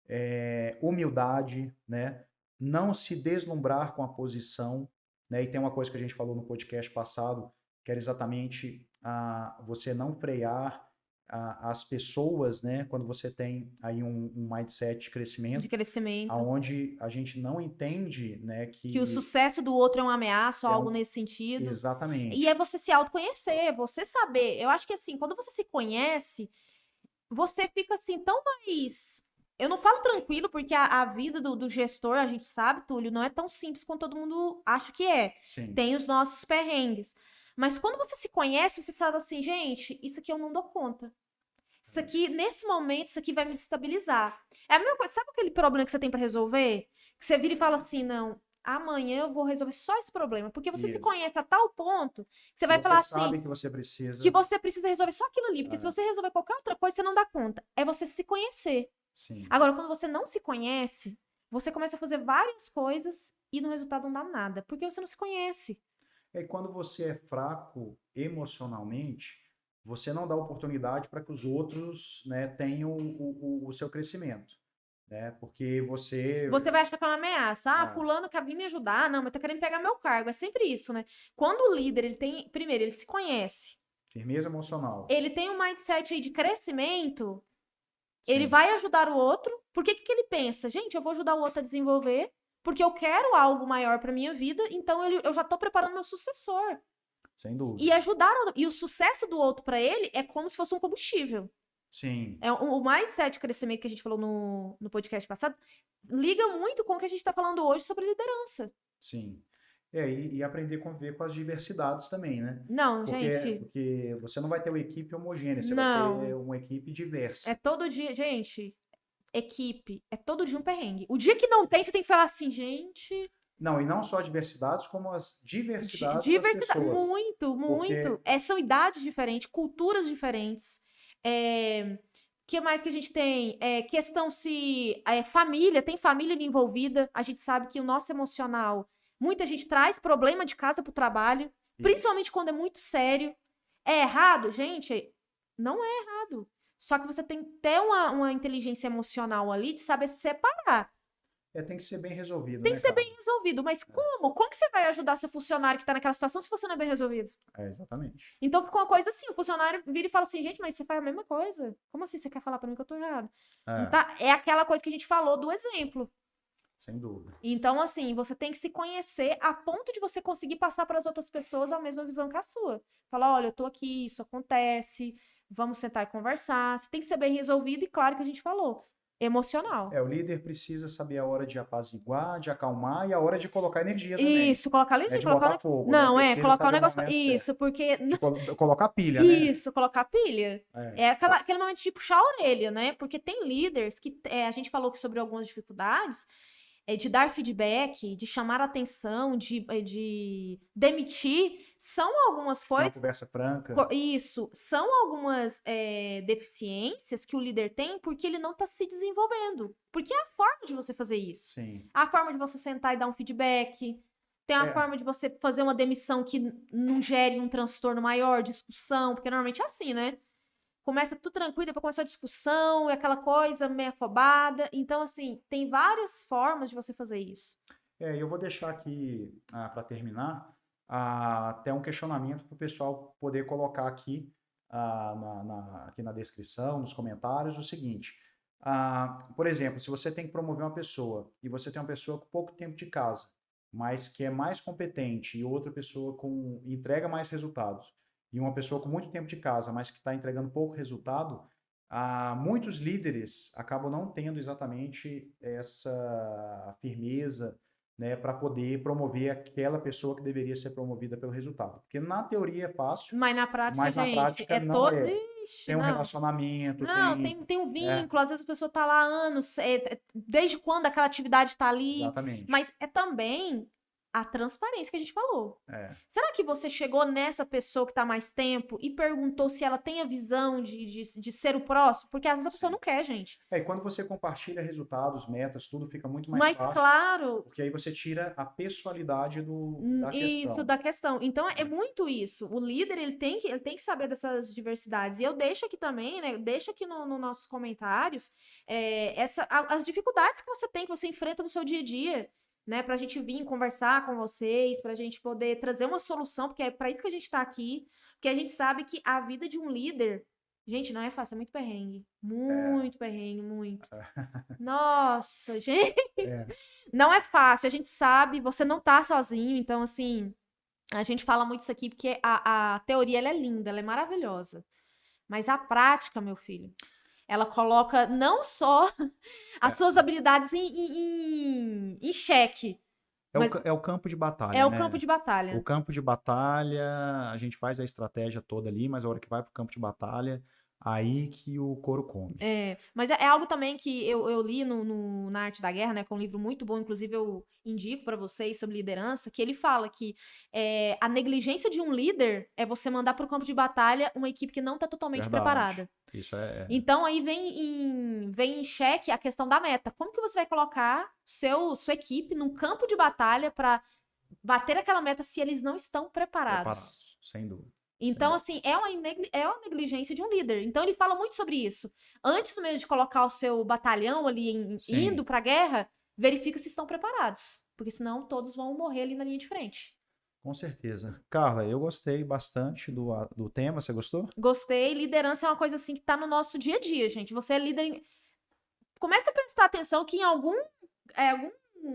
é, humildade, né? Não se deslumbrar com a posição, né? E tem uma coisa que a gente falou no podcast passado, que era exatamente a, você não frear a, as pessoas, né? Quando você tem aí um, um mindset de De crescimento, crescimento. aonde a gente não entende, né, Que o que sucesso do outro é uma ameaça ou é algo um, nesse sentido. E é exatamente, você se autoconhecer, você saber. Eu acho que assim, quando você se conhece, você fica assim tão mais. Eu não falo tranquilo, porque a, a vida do, do gestor, a gente sabe, Túlio, não é tão simples quanto todo mundo acha que é. sim, Tem os nossos perrengues. Mas quando você se conhece, você sabe assim, gente, isso aqui eu não dou conta. Isso aqui, nesse momento, isso aqui vai me estabilizar. É a mesma coisa, sabe aquele problema que você tem pra resolver? Que você vira e fala assim, não, amanhã eu vou resolver só esse problema. Porque você se isso. conhece a tal ponto que você Que vai você falar assim, sabe que você que precisa. você precisa resolver só aquilo ali. Porque se Ah, você resolver qualquer outra coisa, você não dá conta. É você se conhecer. sim. Agora, quando você não se conhece, você começa a fazer várias coisas e no resultado não dá nada. Porque você não se conhece. E quando você é fraco emocionalmente, você não dá oportunidade para que os outros, né, tenham o, o, o seu crescimento, né? Porque você, Você vai achar que é uma ameaça. Ah, ah, fulano quer vir me ajudar. Não, mas tá querendo pegar meu cargo. É sempre isso, né? Quando o líder, ele tem... Primeiro, ele se conhece. firmeza emocional, Ele tem um mindset aí de crescimento. Ele sim, vai ajudar o outro. Por que que ele pensa? Gente, eu vou ajudar o outro a desenvolver. Porque eu quero algo maior pra minha vida. Então, ele, eu já tô preparando meu sucessor. sem E dúvida, ajudar... o- E o sucesso do outro pra ele é como se fosse um combustível. sim, É, o o mindset de crescimento que a gente falou no, no podcast passado liga muito com o que a gente tá falando hoje sobre liderança. sim. É, e, e aprender a conviver com as diversidades também, né? Não, Porque, gente, porque você não vai ter uma equipe homogênea, você vai ter não. uma equipe É diversa. todo dia, gente, equipe, é todo dia um perrengue. O dia que não tem, você tem que falar assim, gente, Não, e não só diversidades, como as di- diversidades das diversidade, pessoas. muito, Porque muito. É, são idades diferentes, culturas diferentes. É, que mais que a gente tem? É, questão se é, família, tem família ali envolvida. A gente sabe que o nosso emocional, muita gente traz problema de casa pro trabalho, isso, principalmente quando é muito sério. É errado? Gente, não é errado. Só que você tem que ter uma, uma inteligência emocional ali de saber se separar. é, tem que ser bem resolvido, Tem que né, ser Carlos? bem resolvido. Mas como? Como que você vai ajudar seu funcionário que tá naquela situação se você não é bem resolvido? É, exatamente. Então ficou uma coisa assim, o funcionário vira e fala assim, gente, mas você faz a mesma coisa. Como assim você quer falar pra mim que eu tô errado? Não É, tá? É aquela coisa que a gente falou do exemplo. sem dúvida. Então, assim, você tem que se conhecer a ponto de você conseguir passar para as outras pessoas a mesma visão que a sua. Falar, olha, eu tô aqui, isso acontece, vamos sentar e conversar. Você tem que ser bem resolvido e, claro que a gente falou, emocional. É, o líder precisa saber a hora de apaziguar, de acalmar e a hora de colocar energia também, Isso, colocar né? legítimo, De colocar o botar negócio. fogo, né? Não, é, Precisa colocar o saber o negócio. pra- momento Isso, certo. porque. De colo- colocar pilha, né? Isso, colocar pilha. É, É aquela, aquele momento de puxar a orelha, né? Porque tem líderes que. É, a gente falou que sobre algumas dificuldades. É, de dar feedback, de chamar atenção, de, é, de demitir, são algumas ter uma coisas. conversa franca, co- Isso, são algumas é, deficiências que o líder tem porque ele não está se desenvolvendo. Porque é a forma de você fazer isso. sim. A forma de você sentar e dar um feedback. Tem a É, forma de você fazer uma demissão que n- não gere um transtorno maior, discussão, porque normalmente é assim, né? Começa tudo tranquilo, depois começa a discussão, é aquela coisa meio afobada. Então, assim, tem várias formas de você fazer isso. é, eu vou deixar aqui, ah, para terminar, ah, até um questionamento para o pessoal poder colocar aqui ah, na, na, aqui na descrição, nos comentários, o seguinte. Ah, por exemplo, se você tem que promover uma pessoa e você tem uma pessoa com pouco tempo de casa, mas que é mais competente e outra pessoa com entrega mais resultados, e uma pessoa com muito tempo de casa, mas que está entregando pouco resultado, ah, muitos líderes acabam não tendo exatamente essa firmeza, né, para poder promover aquela pessoa que deveria ser promovida pelo resultado. Porque na teoria é fácil, Mas na prática, mas na gente, prática é não todo. é. Ixi, Tem um não. relacionamento, Não, tem. tem, tem um É, vínculo, às vezes a pessoa tá lá há anos, é, é, desde quando aquela atividade tá ali, exatamente. mas é também a transparência que a gente falou. É. Será que você chegou nessa pessoa que tá há mais tempo e perguntou se ela tem a visão de, de, de ser o próximo? Porque às vezes a pessoa Sim. não quer, gente. É, e quando você compartilha resultados, metas, tudo fica muito mais Mas fácil, claro, porque aí você tira a pessoalidade do, hum, da isso questão. da questão. Então é Né? muito isso. O líder ele tem que, ele tem que saber dessas diversidades. E eu deixo aqui também, né? Deixo aqui nos no nossos comentários é, essa, a- as dificuldades que você tem, que você enfrenta no seu dia a dia. Né, pra gente vir conversar com vocês, pra gente poder trazer uma solução, porque é pra isso que a gente tá aqui, porque a gente sabe que a vida de um líder, gente, não é fácil, é muito perrengue, É, muito perrengue, muito. Nossa, gente, é, não é fácil, a gente sabe, você não tá sozinho, então assim, a gente fala muito isso aqui porque a, a teoria ela é linda, ela é maravilhosa, mas a prática, meu filho, ela coloca não só as é, suas habilidades em, em, em, em xeque, é o, mas ca- é o campo de é batalha, o campo né? de O batalha. campo de batalha, a gente faz a estratégia toda ali, mas a hora que vai para o campo de batalha, aí que o couro come. É, mas é, é algo também que eu, eu li no, no- na Arte da Guerra, né? Que é um livro muito bom, inclusive eu indico pra vocês sobre liderança, que ele fala que é, a negligência de um líder é você mandar pro campo de batalha uma equipe que não tá totalmente Verdade. preparada. Isso é. é- Então aí vem em, vem em xeque a questão da meta. Como que você vai colocar seu, sua equipe num campo de batalha pra bater aquela meta se eles não estão preparados? Preparados, sem dúvida. Sem Então, dúvida. assim, é uma, negli- é uma negligência de um líder. Então, ele fala muito sobre isso. Antes mesmo de colocar o seu batalhão ali em- indo Sim, pra guerra, verifica se estão preparados. Porque senão todos vão morrer ali na linha de frente. com certeza. Carla, eu gostei bastante do, a- do tema. Você gostou? Gostei. Liderança é uma coisa assim que tá no nosso dia a dia, gente. Você é líder. Em... Comece a prestar atenção que em algum, é, algum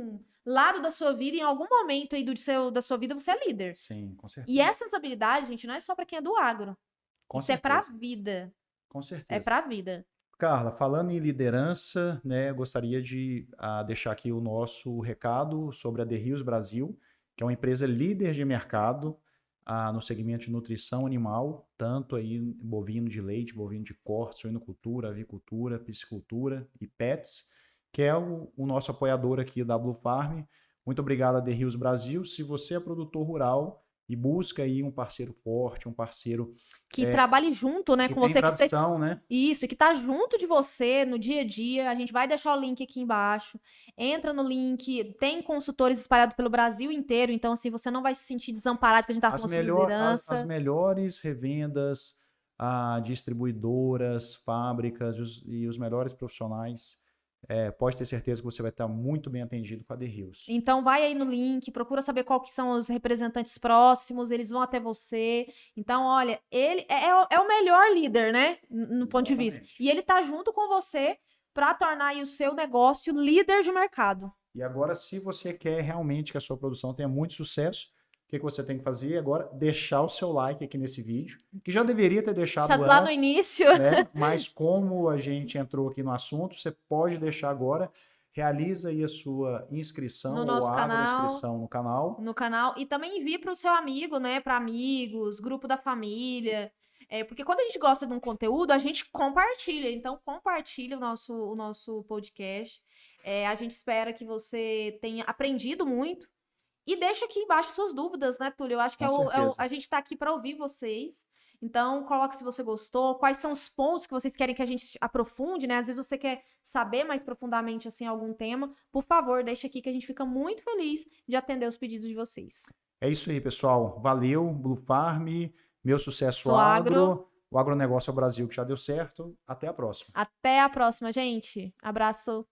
lado da sua vida, em algum momento aí do seu, da sua vida, você é líder. Sim, com E certeza. essas habilidades, gente, não é só pra quem é do agro. Com Isso é pra certeza. vida. Com É certeza. pra vida. Carla, falando em liderança, né, eu gostaria de ah, deixar aqui o nosso recado sobre a The Rios Brasil, que é uma empresa líder de mercado ah, no segmento de nutrição animal, tanto aí bovino de leite, bovino de corte, suinocultura, avicultura, piscicultura e pets, que é o, o nosso apoiador aqui da Blue Farm. Muito obrigado a The Rios Brasil. Se você é produtor rural e busca aí um parceiro forte, um parceiro Que trabalhe junto, né, que com tem você, que esteja... tradição, né? Isso, e que tá junto de você no dia a dia. A gente vai deixar o link aqui embaixo. Entra no link, tem consultores espalhados pelo Brasil inteiro, então assim, você não vai se sentir desamparado que a gente tá As, falando sobre melhor, as, as liderança. melhores revendas, ah, distribuidoras, fábricas e os, e os melhores profissionais, é, pode ter certeza que você vai estar muito bem atendido com a The Rios. Então vai aí no link, procura saber qual que são os representantes próximos, eles vão até você. Então, olha, ele é, é o- é o melhor líder, né, n- no ponto de vista. Exatamente. E ele tá junto com você para tornar aí o seu negócio líder de mercado. E agora, se você quer realmente que a sua produção tenha muito sucesso, o que, que você tem que fazer agora? Deixar o seu like aqui nesse vídeo, que já deveria ter deixado Já lá no antes, início. né? Mas como a gente entrou aqui no assunto, você pode deixar agora. Realiza aí a sua inscrição No ou nosso canal. agroinscrição no canal. No canal. E também envie para o seu amigo, né? Para amigos, grupo da família. É, porque quando a gente gosta de um conteúdo, a gente compartilha. Então, compartilha o nosso, o nosso podcast. É, a gente espera que você tenha aprendido muito. E deixa aqui embaixo suas dúvidas, né, Túlio? Eu acho que é Com o, é o- certeza. a gente está aqui para ouvir vocês. Então, coloque se você gostou, quais são os pontos que vocês querem que a gente aprofunde, né? Às vezes você quer saber mais profundamente, assim, algum tema. Por favor, deixa aqui que a gente fica muito feliz de atender os pedidos de vocês. É isso aí, pessoal. Valeu, Blue Farm, meu sucesso Sou agro. agro, o agronegócio é o Brasil que já deu certo. Até a próxima. Até a próxima, gente. Abraço.